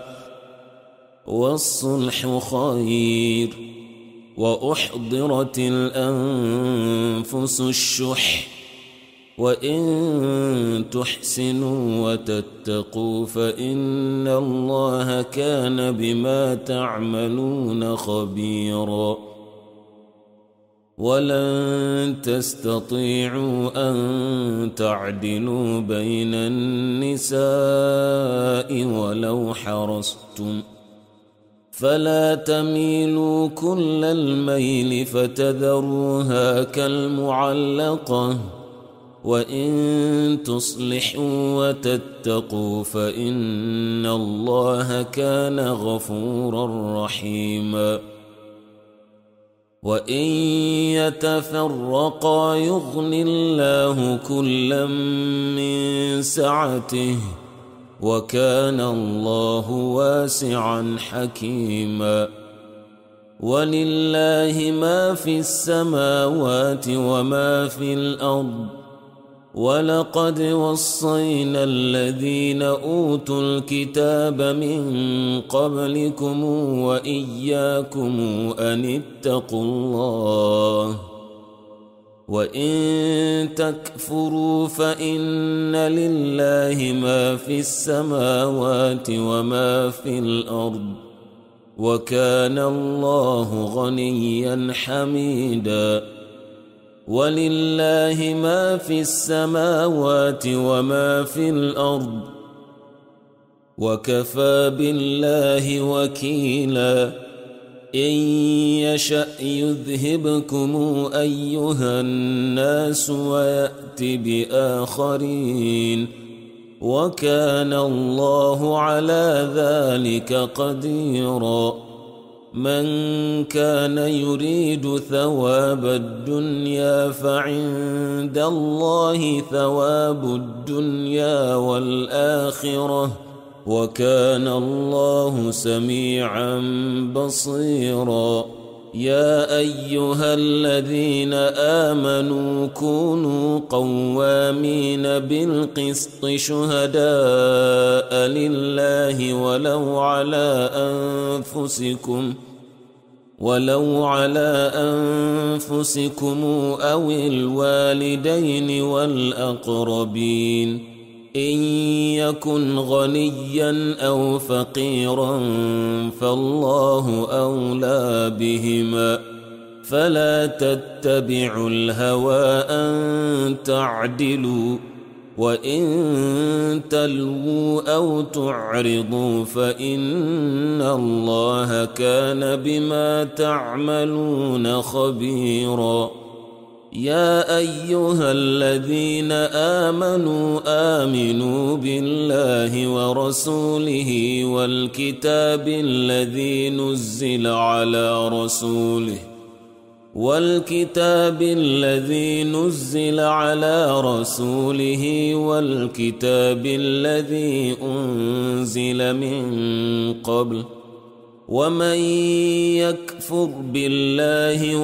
والصلح خير وأحضرت الأنفس الشح وإن تحسنوا وتتقوا فإن الله كان بما تعملون خبيرا ولن تستطيعوا أن تعدلوا بين النساء ولو حرصتم فلا تميلوا كل الميل فتذروها كالمعلقة وإن تصلحوا وتتقوا فإن الله كان غفورا رحيما وإن يتفرقا يغن الله كلا من سعته وكان الله واسعا حكيما ولله ما في السماوات وما في الأرض ولقد وصينا الذين أوتوا الكتاب من قبلكم وإياكم أن اتقوا الله وإن تكفروا فإن لله ما في السماوات وما في الأرض وكان الله غنيا حميدا ولله ما في السماوات وما في الأرض وكفى بالله وكيلا إن يشأ يذهبكم أيها الناس ويأت بآخرين وكان الله على ذلك قديرا من كان يريد ثواب الدنيا فعند الله ثواب الدنيا والآخرة وكان الله سميعا بصيرا يا أيها الذين آمنوا كونوا قوامين بالقسط شهداء لله ولو على أنفسكم أو الوالدين والأقربين إن يكن غنيا أو فقيرا فالله أولى بهما فلا تتبعوا الهوى أن تعدلوا وإن تلووا أو تعرضوا فإن الله كان بما تعملون خبيرا يا أيها الذين آمنوا بالله ورسوله والكتاب الذي نزل على رسوله والكتاب الذي أنزل من قبل ومن يكفر بالله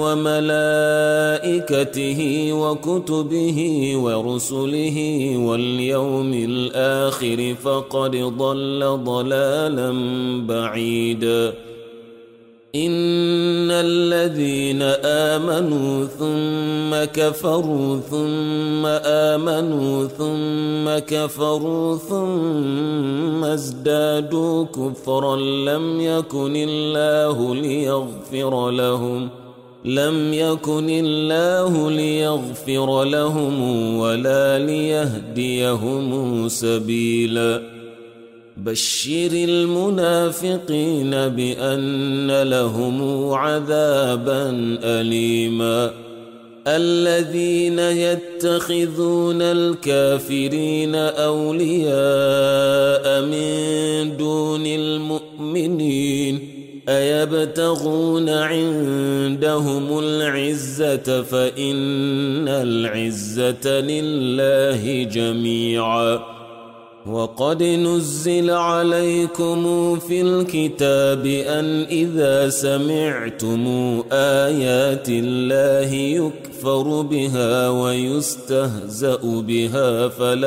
وملائكته وكتبه ورسله واليوم الآخر فقد ضل ضلالا بعيدا إن الذين آمنوا ثم كفروا ثم آمنوا ثم كفروا ثم ازدادوا كفرا لم يكن الله ليغفر لهم ولا ليهديهم سبيلا بشر المنافقين بأن لهم عذابا أليما الذين يتخذون الكافرين أولياء من دون المؤمنين أيبتغون عندهم العزة فإن العزة لله جميعا وقد نزل عليكم في الكتاب أن إذا سمعتم آيات الله يكفر بها ويستهزأ بها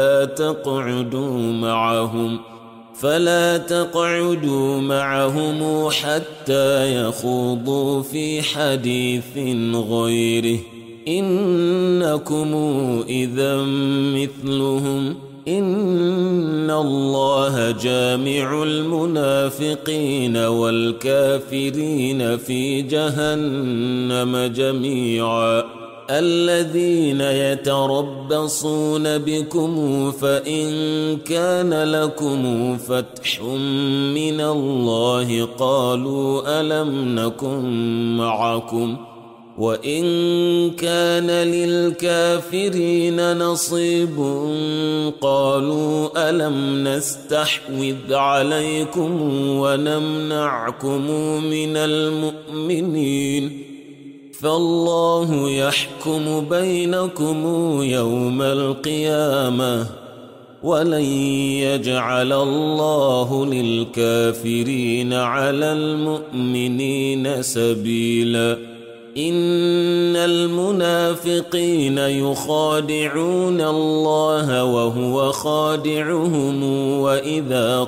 فلا تقعدوا معهم حتى يخوضوا في حديث غيره إنكم إذا مثلهم إن الله جامع المنافقين والكافرين في جهنم جميعا الذين يتربصون بكم فإن كان لكم فتح من الله قالوا ألم نكن معكم وإن كان للكافرين نصيب قالوا ألم نستحوذ عليكم ونمنعكم من المؤمنين فالله يحكم بينكم يوم القيامة ولن يجعل الله للكافرين على المؤمنين سبيلا إن المنافقين يخادعون الله وهو خادعهم وإذا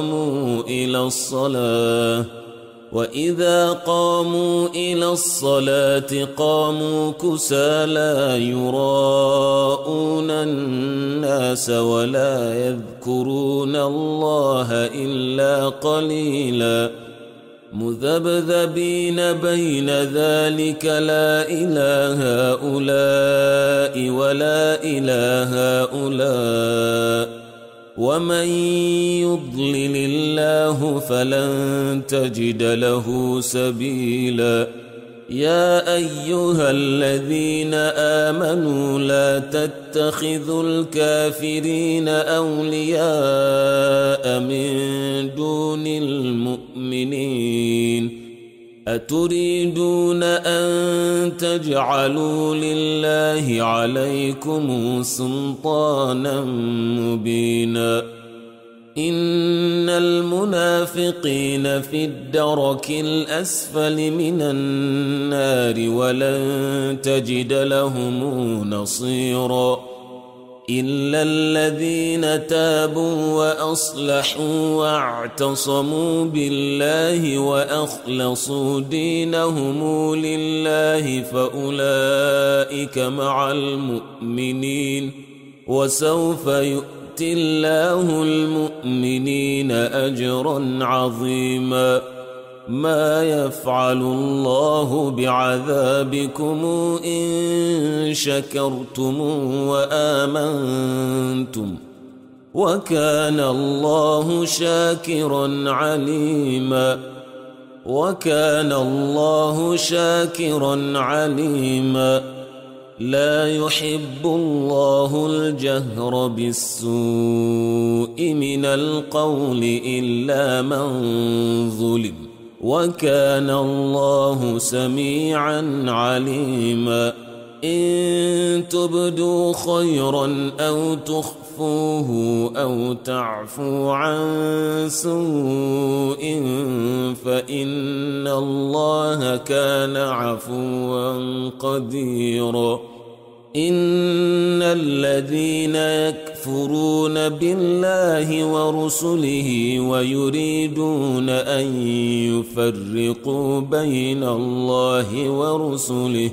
قاموا إلى الصلاة قاموا كسالى يراءون الناس ولا يذكرون الله إلا قليلا مذبذبين بين ذلك لا إله هؤلاء ولا إله هؤلاء ومن يضلل الله فلن تجد له سبيلا يا أيها الذين آمنوا لا تتخذوا الكافرين أولياء من دون المؤمنين أتريدون أن تجعلوا لله عليكم سلطانا مبينا إن المنافقين في الدرك الأسفل من النار ولن تجد لهم نصيرا إلا الذين تابوا وأصلحوا واعتصموا بالله وأخلصوا دينهم لله فأولئك مع المؤمنين وسوف يؤتي الله المؤمنين أجرا عظيما ما يفعل الله بعذابكم إن شكرتم وآمنتم وكان الله شاكرا عليما لا يحب الله الجهر بالسوء من القول إلا من ظلم وكان الله سميعا عليما إن تبدوا خيرا أو تخفوه أو تعفوا عن سوء فإن الله كان عفوا قديرا إن الذين يكفرون بالله ورسله ويريدون أن يفرقوا بين الله ورسله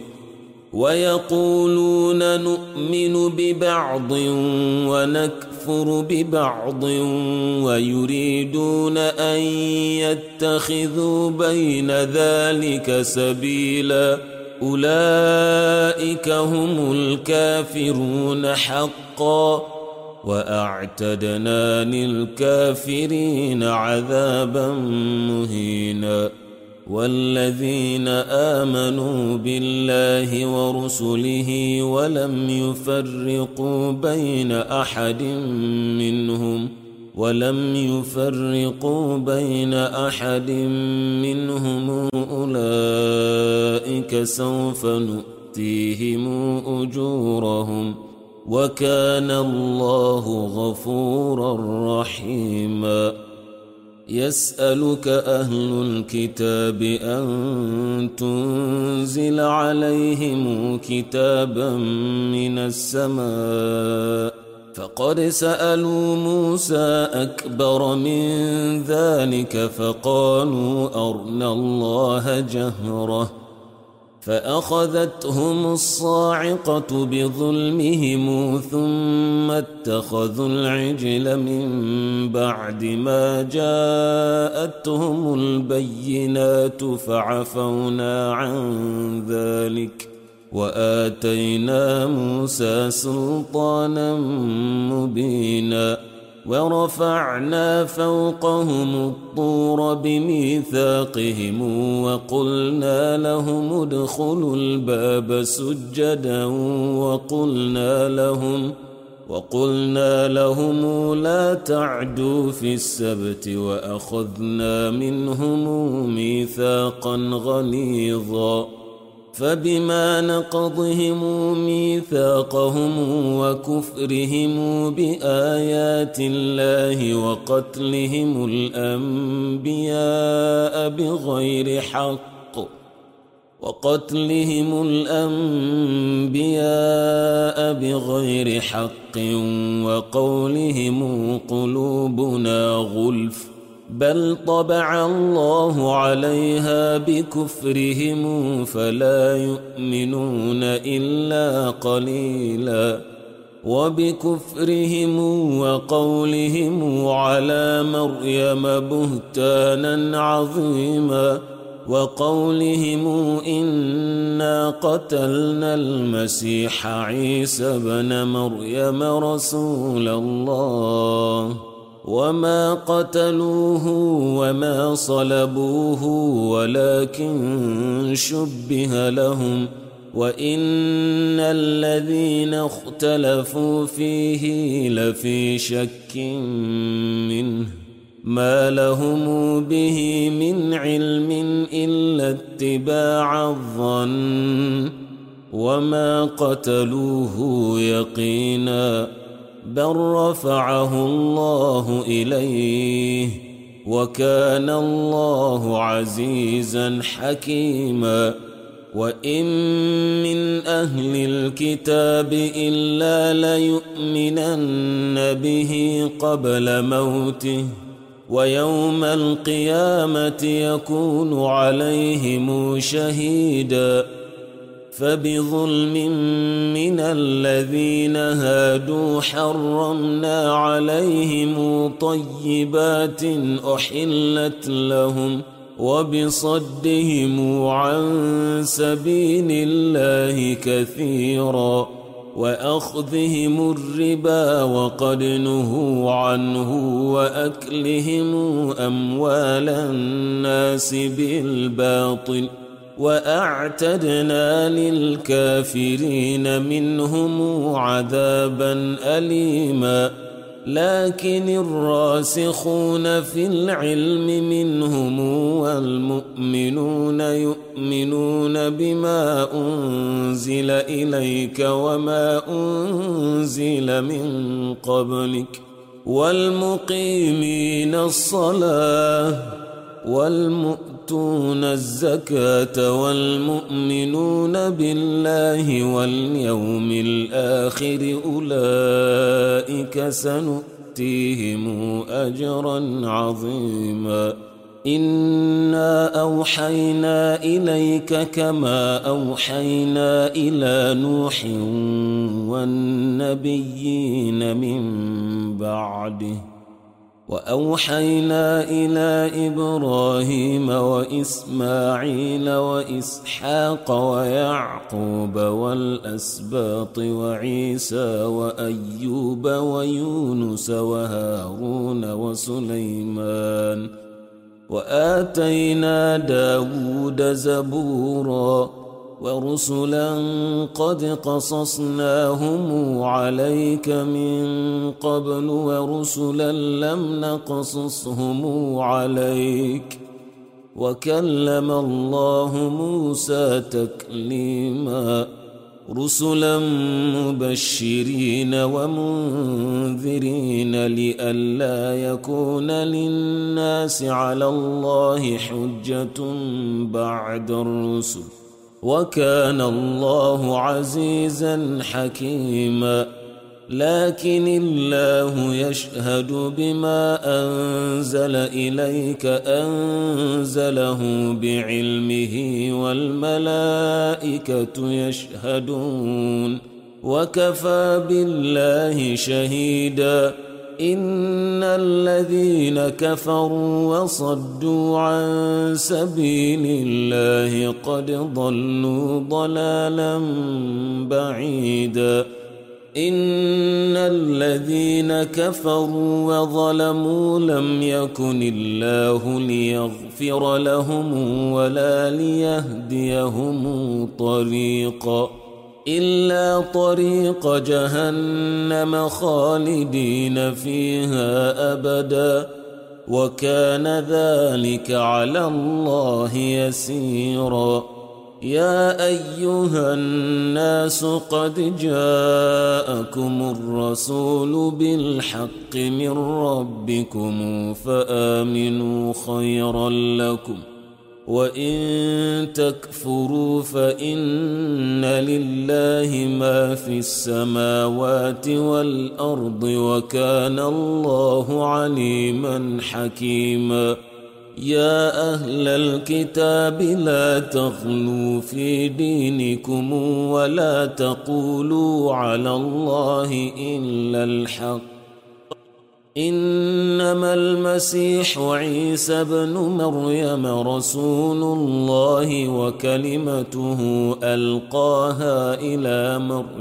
ويقولون نؤمن ببعض ونكفر ببعض ويريدون أن يتخذوا بين ذلك سبيلا أولئك هم الكافرون حقا وأعتدنا للكافرين عذابا مهينا والذين آمنوا بالله ورسله ولم يفرقوا بين أحد منهم أولئك سوف نؤتيهم أجورهم وكان الله غفورا رحيما يسألك أهل الكتاب أن تنزل عليهم كتابا من السماء فقد سألوا موسى أكبر من ذلك فقالوا أرنا الله جهرة فأخذتهم الصاعقة بظلمهم ثم اتخذوا العجل من بعد ما جاءتهم البينات فعفونا عن ذلك وآتينا موسى سلطانا مبينا ورفعنا فوقهم الطور بميثاقهم وقلنا ادخلوا الباب سجدا وقلنا لهم لا تعدوا في السبت وأخذنا منهم ميثاقا غليظا فبما نقضهم ميثاقهم وكفرهم بآيات الله وقتلهم الأنبياء بغير حق وقولهم قلوبنا غلف بل طبع الله عليها بكفرهم فلا يؤمنون إلا قليلا وبكفرهم وقولهم على مريم بهتانا عظيما وقولهم إنا قتلنا المسيح عيسى بن مريم رسول الله وما قتلوه وما صلبوه ولكن شبه لهم وإن الذين اختلفوا فيه لفي شك منه ما لهم به من علم إلا اتباع الظن وما قتلوه يقينا بل رفعه الله إليه وكان الله عزيزا حكيما وإن من أهل الكتاب إلا ليؤمنن به قبل موته ويوم القيامة يكون عليهم شهيدا فبظلم من الذين هادوا حرمنا عليهم طيبات أحلت لهم وبصدهم عن سبيل الله كثيرا وأخذهم الربا وقد نهوا عنه وأكلهم أموال الناس بالباطل وأعتدنا للكافرين منهم عذابا أليما لكن الراسخون في العلم منهم والمؤمنون يؤمنون بما أنزل إليك وما أنزل من قبلك والمقيمين الصلاة والمؤتون الزكاة والمؤمنون بالله واليوم الآخر أولئك سنؤتيهم أجرا عظيما إنا أوحينا إليك كما أوحينا إلى نوح والنبيين من بعده وأوحينا إلى إبراهيم وإسماعيل وإسحاق ويعقوب والأسباط وعيسى وأيوب ويونس وهارون وسليمان وآتينا داود زبورا ورسلا قد قصصناهم عليك من قبل ورسلا لم نقصصهم عليك وكلم الله موسى تكليما رسلا مبشرين ومنذرين لئلا يكون للناس على الله حجة بعد الرسل وكان الله عزيزا حكيما لكن الله يشهد بما أنزل إليك أنزله بعلمه والملائكة يشهدون وكفى بالله شهيدا إن الذين كفروا وصدوا عن سبيل الله قد ضلوا ضلالا بعيدا إن الذين كفروا وظلموا لم يكن الله ليغفر لهم ولا ليهديهم طريقا إلا طريق جهنم خالدين فيها أبدا وكان ذلك على الله يسيرا يا أيها الناس قد جاءكم الرسول بالحق من ربكم فآمنوا خيرا لكم وإن تكفروا فإن لله ما في السماوات والأرض وكان الله عليما حكيما يا أهل الكتاب لا تغلوا في دينكم ولا تقولوا على الله إلا الحق إنما المسيح عيسى بن مريم رسول الله وكلمته ألقاها إلى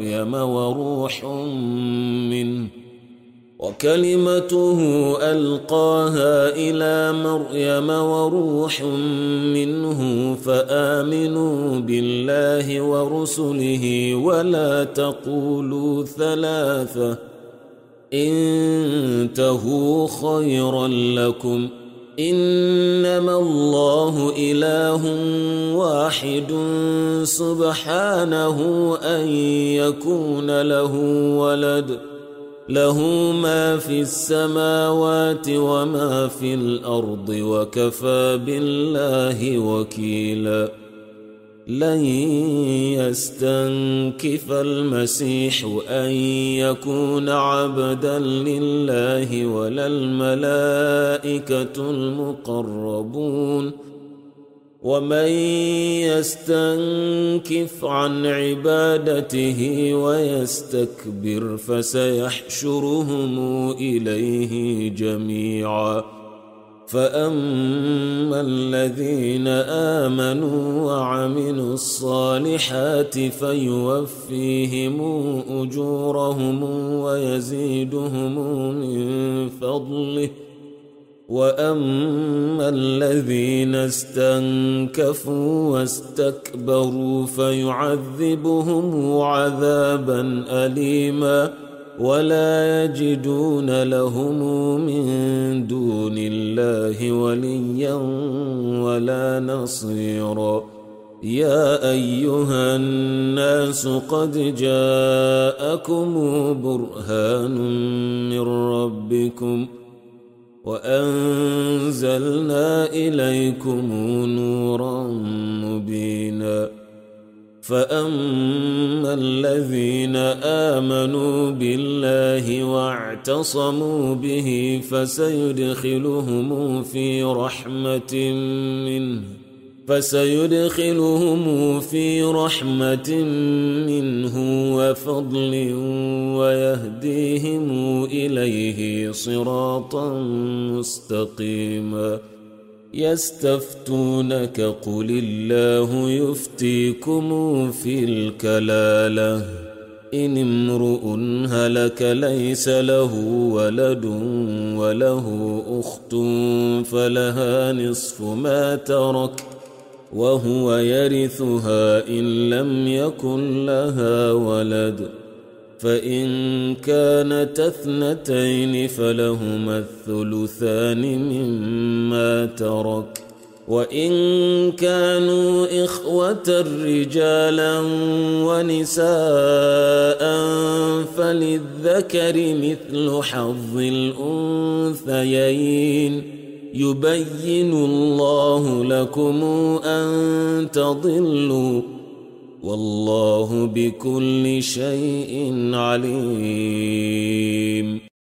مريم وروح منه فآمنوا بالله ورسله ولا تقولوا ثلاثة انتهوا خيرا لكم إنما الله إله واحد سبحانه أن يكون له ولد له ما في السماوات وما في الأرض وكفى بالله وكيلا لن يستنكف المسيح أن يكون عبدا لله ولا الملائكة المقربون ومن يستنكف عن عبادته ويستكبر فسيحشرهم إليه جميعا فأما الذين آمنوا وعملوا الصالحات فيوفيهم أجورهم ويزيدهم من فضله وأما الذين استنكفوا واستكبروا فيعذبهم عذابا أليما ولا يجدون لهم من دون الله وليا ولا نصيرا يا أيها الناس قد جاءكم برهان من ربكم وأنزلنا إليكم نورا مبينا فأما الذين آمنوا بالله واعتصموا به فسيدخلهم في رحمة منه وفضل ويهديهم إليه صراطا مستقيما يستفتونك قل الله يفتيكم في الكلالة إن امرؤ هلك ليس له ولد وله أخت فلها نصف ما ترك وهو يرثها إن لم يكن لها ولد فإن كانت اثنتين فلهما الثلثان مما ترك وإن كانوا إخوة رجالا ونساء فللذكر مثل حظ الأنثيين يبين الله لكم أن تضلوا والله بكل شيء عليم